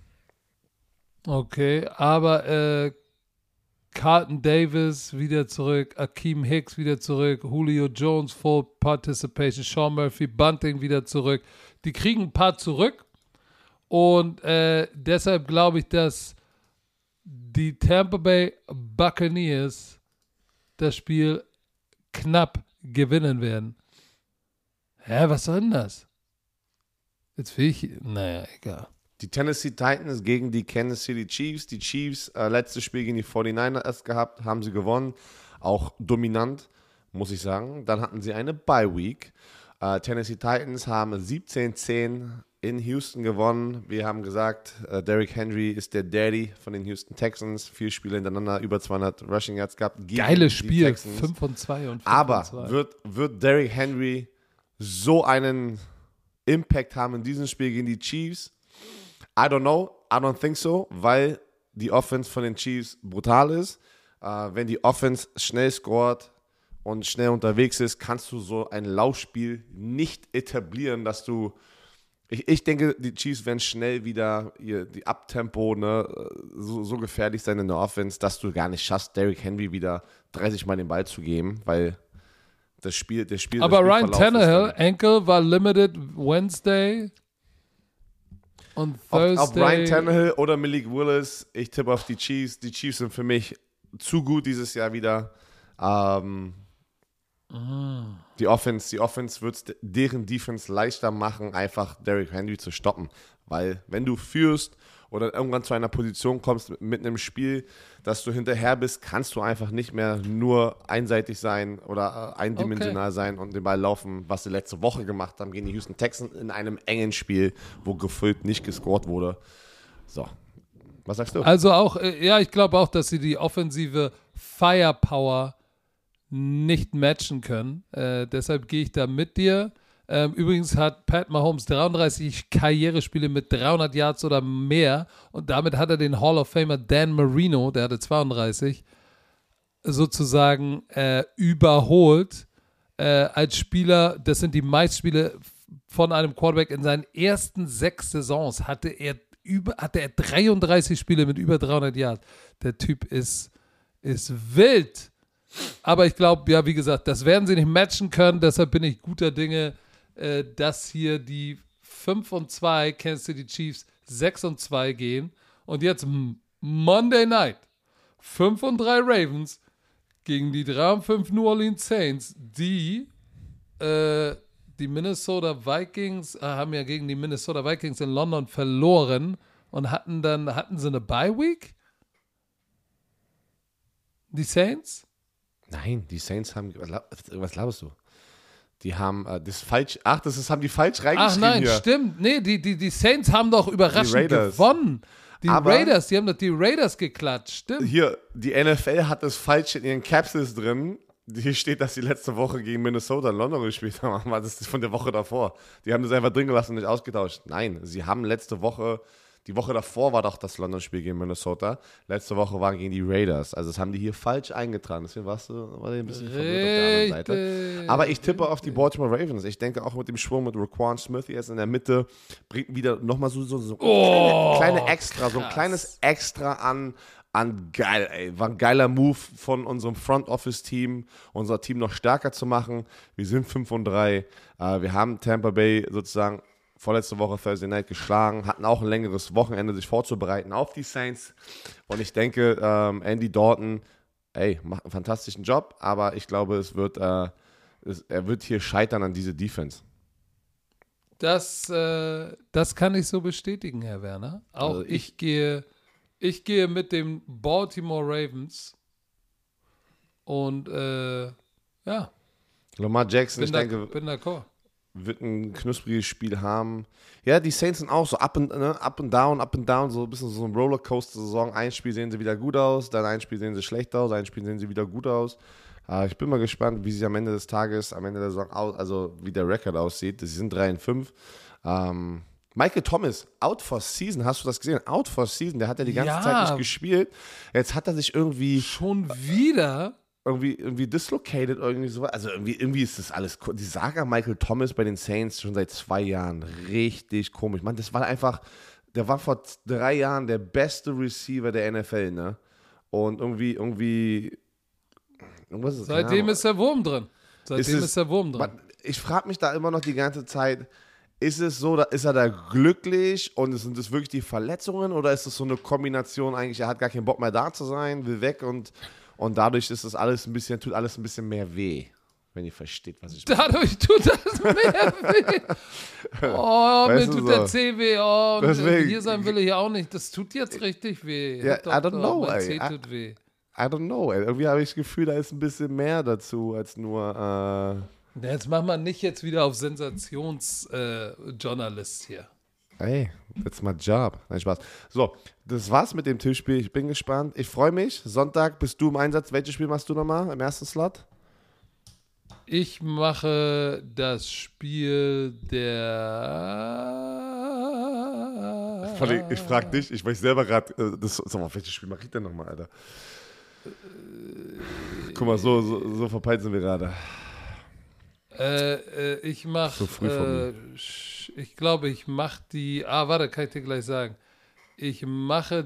Okay, aber Carlton Davis wieder zurück, Akeem Hicks wieder zurück, Julio Jones Full Participation, Sean Murphy, Bunting wieder zurück. Die kriegen ein paar zurück und deshalb glaube ich, dass die Tampa Bay Buccaneers das Spiel knapp gewinnen werden. Hä, was soll denn das? Jetzt will ich, naja, egal. Die Tennessee Titans gegen die Kansas City Chiefs. Die Chiefs, letztes Spiel gegen die 49ers gehabt, haben sie gewonnen. Auch dominant, muss ich sagen. Dann hatten sie eine Bye-Week. Tennessee Titans haben 17-10 in Houston gewonnen. Wir haben gesagt, Derrick Henry ist der Daddy von den Houston Texans. 4 Spiele hintereinander, über 200 Rushing Yards gehabt. Geiles Spiel, 5-2 und 5-2. Aber wird Derrick Henry so einen Impact haben in diesem Spiel gegen die Chiefs? I don't know, I don't think so, weil die Offense von den Chiefs brutal ist. Wenn die Offense schnell scoret und schnell unterwegs ist, kannst du so ein Laufspiel nicht etablieren, dass du. Ich denke, die Chiefs werden schnell wieder die Abtempo so gefährlich sein in der Offense, dass du gar nicht schaffst, Derrick Henry wieder 30 Mal den Ball zu geben, weil das Spiel. Aber Ryan Tannehill, Ankle war limited Wednesday. Und Thursday. Auf Ryan Tannehill oder Malik Willis, ich tippe auf die Chiefs. Die Chiefs sind für mich zu gut dieses Jahr wieder. Die Offense wird deren Defense leichter machen, einfach Derrick Henry zu stoppen. Weil wenn du führst oder irgendwann zu einer Position kommst mit einem Spiel, dass du hinterher bist, kannst du einfach nicht mehr nur einseitig sein oder eindimensional sein und den Ball laufen, was sie letzte Woche gemacht haben gegen die Houston Texans in einem engen Spiel, wo gefüllt nicht gescored wurde. So, was sagst du? Also auch, ich glaube auch, dass sie die offensive Firepower nicht matchen können. Deshalb gehe ich da mit dir. Übrigens hat Pat Mahomes 33 Karrierespiele mit 300 Yards oder mehr und damit hat er den Hall of Famer Dan Marino, der hatte 32, sozusagen überholt als Spieler. Das sind die Meistspiele von einem Quarterback in seinen ersten 6 Saisons hatte er 33 Spiele mit über 300 Yards. Der Typ ist wild. Aber ich glaube, ja, wie gesagt, das werden sie nicht matchen können. Deshalb bin ich guter Dinge, dass hier die 5-2 Kansas City Chiefs 6-2 gehen. Und jetzt Monday Night 5-3 Ravens gegen die 3-5 New Orleans Saints, die Minnesota Vikings haben ja gegen die Minnesota Vikings in London verloren und hatten sie eine Bye-Week? Die Saints? Nein, die Saints haben, was laberst du? Die haben das falsch, haben die falsch reingeschrieben. Ach nein, hier. Stimmt. Nee, die Saints haben doch überraschend gewonnen. Die Raiders haben doch die Raiders geklatscht, stimmt. Hier, die NFL hat das falsch in ihren Capsules drin. Hier steht, dass sie letzte Woche gegen Minnesota in London gespielt haben. Aber das ist von der Woche davor. Die haben das einfach drin gelassen und nicht ausgetauscht. Nein, sie haben letzte Woche Die Woche davor war doch das London-Spiel gegen Minnesota. Letzte Woche waren gegen die Raiders. Also das haben die hier falsch eingetragen. Deswegen war ich ein bisschen verwirrt auf der anderen Seite. Aber ich tippe auf die Baltimore Ravens. Ich denke auch mit dem Schwung mit Roquan Smith jetzt in der Mitte bringt wieder nochmal so kleine Extra, so ein kleines Extra an geil, ey. War ein geiler Move von unserem Front Office Team, unser Team noch stärker zu machen. Wir sind 5-3. Wir haben Tampa Bay sozusagen vorletzte Woche Thursday Night geschlagen, hatten auch ein längeres Wochenende, sich vorzubereiten auf die Saints. Und ich denke, Andy Dalton, macht einen fantastischen Job, aber ich glaube, er wird hier scheitern an diese Defense. Das kann ich so bestätigen, Herr Werner. Auch also ich gehe mit den Baltimore Ravens und Lamar Jackson, bin d'accord. Wird ein knuspriges Spiel haben. Ja, die Saints sind auch so up and down, so ein bisschen so ein Rollercoaster-Saison. Ein Spiel sehen sie wieder gut aus, dann ein Spiel sehen sie schlecht aus, ein Spiel sehen sie wieder gut aus. Ich bin mal gespannt, wie sie am Ende des Tages, am Ende der Saison also wie der Rekord aussieht. Sie sind 3-5. Michael Thomas, out for season, hast du das gesehen? Out for season, der hat ja die ganze Zeit nicht gespielt. Jetzt hat er sich irgendwie... Schon wieder... Irgendwie dislocated, irgendwie so. Also irgendwie ist das alles, die Saga Michael Thomas bei den Saints schon seit 2 Jahren richtig komisch. Man, das war einfach, der war vor 3 Jahren der beste Receiver der NFL, ne? Und irgendwas ist Seitdem ist der Wurm drin. Ich frage mich da immer noch die ganze Zeit, ist es so, ist er da glücklich und sind das wirklich die Verletzungen oder ist es so eine Kombination eigentlich, er hat gar keinen Bock mehr da zu sein, will weg und dadurch ist das tut alles ein bisschen mehr weh, wenn ihr versteht, was ich meine. Dadurch tut das mehr weh. Oh, mir tut der Zeh weh. Oh, deswegen, hier sein will ich auch nicht. Das tut jetzt richtig weh. Ja, I don't know, mein Zeh tut weh. I don't know, ey. Irgendwie habe ich das Gefühl, da ist ein bisschen mehr dazu, als nur... Jetzt machen wir nicht jetzt wieder auf Sensationsjournalist hier. Ey, that's my job. Nein, Spaß. So, das war's mit dem Tischspiel. Ich bin gespannt. Ich freue mich. Sonntag bist du im Einsatz. Welches Spiel machst du nochmal im ersten Slot? Ich mache das Spiel Ich frage dich, ich weiß selber gerade, sag mal, welches Spiel mache ich denn nochmal, Alter? Guck mal, so verpeilt sind wir gerade. Ich mache, so früh von mir. Ich glaube, ich mache die, warte, kann ich dir gleich sagen. Ich mache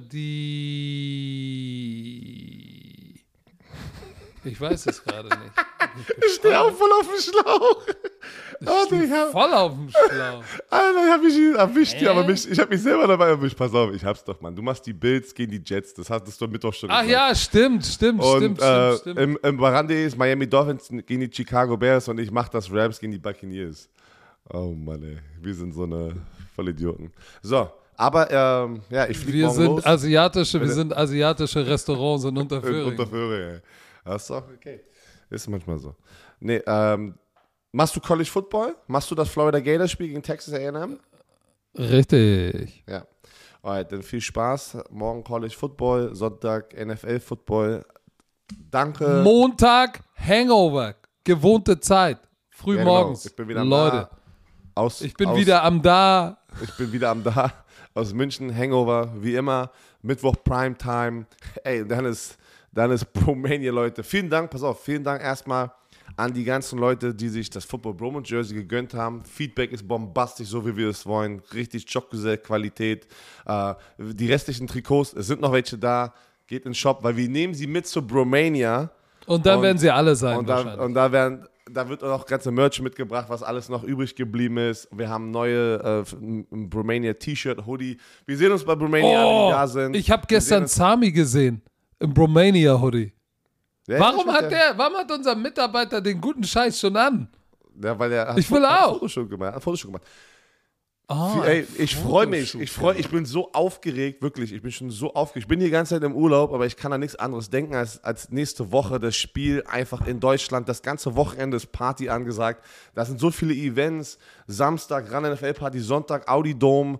die, ich weiß es gerade nicht. Ich stehe auch voll auf dem Schlauch. Voll auf dem Schlauch. Alter, ich habe mich erwischt, aber ich habe mich selber dabei erwischt. Pass auf, ich hab's doch, Mann. Du machst die Bills gegen die Jets, das hattest du am Mittwoch schon gesagt. Ach ja, stimmt. Im Barande ist Miami Dolphins gegen die Chicago Bears und ich mache das Rams gegen die Buccaneers. Oh Mann, ey. Wir sind so eine Vollidioten. So, aber ich fliege morgen los. Wir sind asiatische Restaurants in Unterföhring. Unterföhring, ey. Das ist doch okay. Ist manchmal so. Nee, machst du College Football? Machst du das Florida Gators Spiel gegen Texas A&M? Richtig. Ja. Alright, dann viel Spaß. Morgen College Football, Sonntag NFL Football. Danke. Montag Hangover. Gewohnte Zeit. Früh morgens. Ich bin wieder Leute. Ich bin wieder am Da. Aus München, Hangover, wie immer. Mittwoch Primetime. Ey, dann ist Bromania, Leute. Vielen Dank, pass auf, vielen Dank erstmal an die ganzen Leute, die sich das Football Bromance Jersey gegönnt haben. Feedback ist bombastisch, so wie wir es wollen. Richtig Joggesell-Qualität. Die restlichen Trikots, es sind noch welche da. Geht in den Shop, weil wir nehmen sie mit zur Bromania. Und dann werden sie alle sein. Und da wird auch ganze Merch mitgebracht, was alles noch übrig geblieben ist. Wir haben neue Bromania T-Shirt, Hoodie. Wir sehen uns bei Bromania, alle, die da sind. Ich habe gestern Sami gesehen. Im Bromania Hoodie. Ja, warum hat unser Mitarbeiter den guten Scheiß schon an? Ja, weil er ich will auch. Ein Fotoshoot gemacht. Ey, ich freue mich. Ich bin so aufgeregt, wirklich. Ich bin schon so aufgeregt. Ich bin die ganze Zeit im Urlaub, aber ich kann an nichts anderes denken, als nächste Woche das Spiel einfach in Deutschland. Das ganze Wochenende ist Party angesagt. Da sind so viele Events. Samstag Run NFL Party, Sonntag Audi Dome.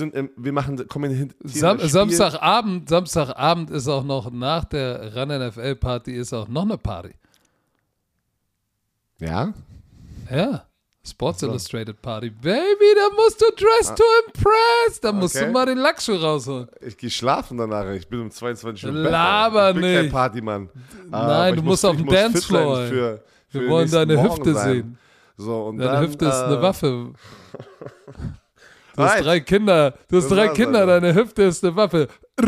Samstagabend ist auch noch nach der Run NFL Party ist auch noch eine Party. Ja? Ja. Sports Illustrated Party. Baby, da musst du dress to impress. Da musst du mal den Lackschuh rausholen. Ich gehe schlafen danach. Ich bin um 22 Uhr im Bett. Laber ich bin nicht. kein Partymann. Nein, du musst auf dem Dancefloor. Für Wir wollen deine Hüfte sehen. So, und deine dann, Hüfte ist eine Waffe. Du hast Right. 3 Kinder. Deine Hüfte ist eine Waffe.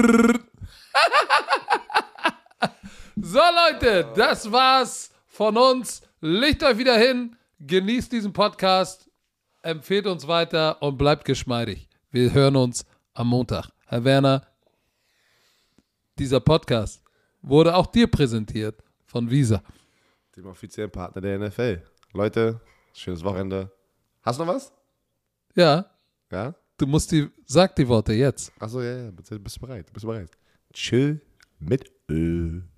So, Leute, das war's von uns. Legt euch wieder hin, genießt diesen Podcast, empfehlt uns weiter und bleibt geschmeidig. Wir hören uns am Montag. Herr Werner, dieser Podcast wurde auch dir präsentiert von Visa. Dem offiziellen Partner der NFL. Leute, schönes Wochenende. Hast du noch was? Ja, Ja? sag die Worte jetzt. Achso, ja, bist du bereit? Chill mit Öl.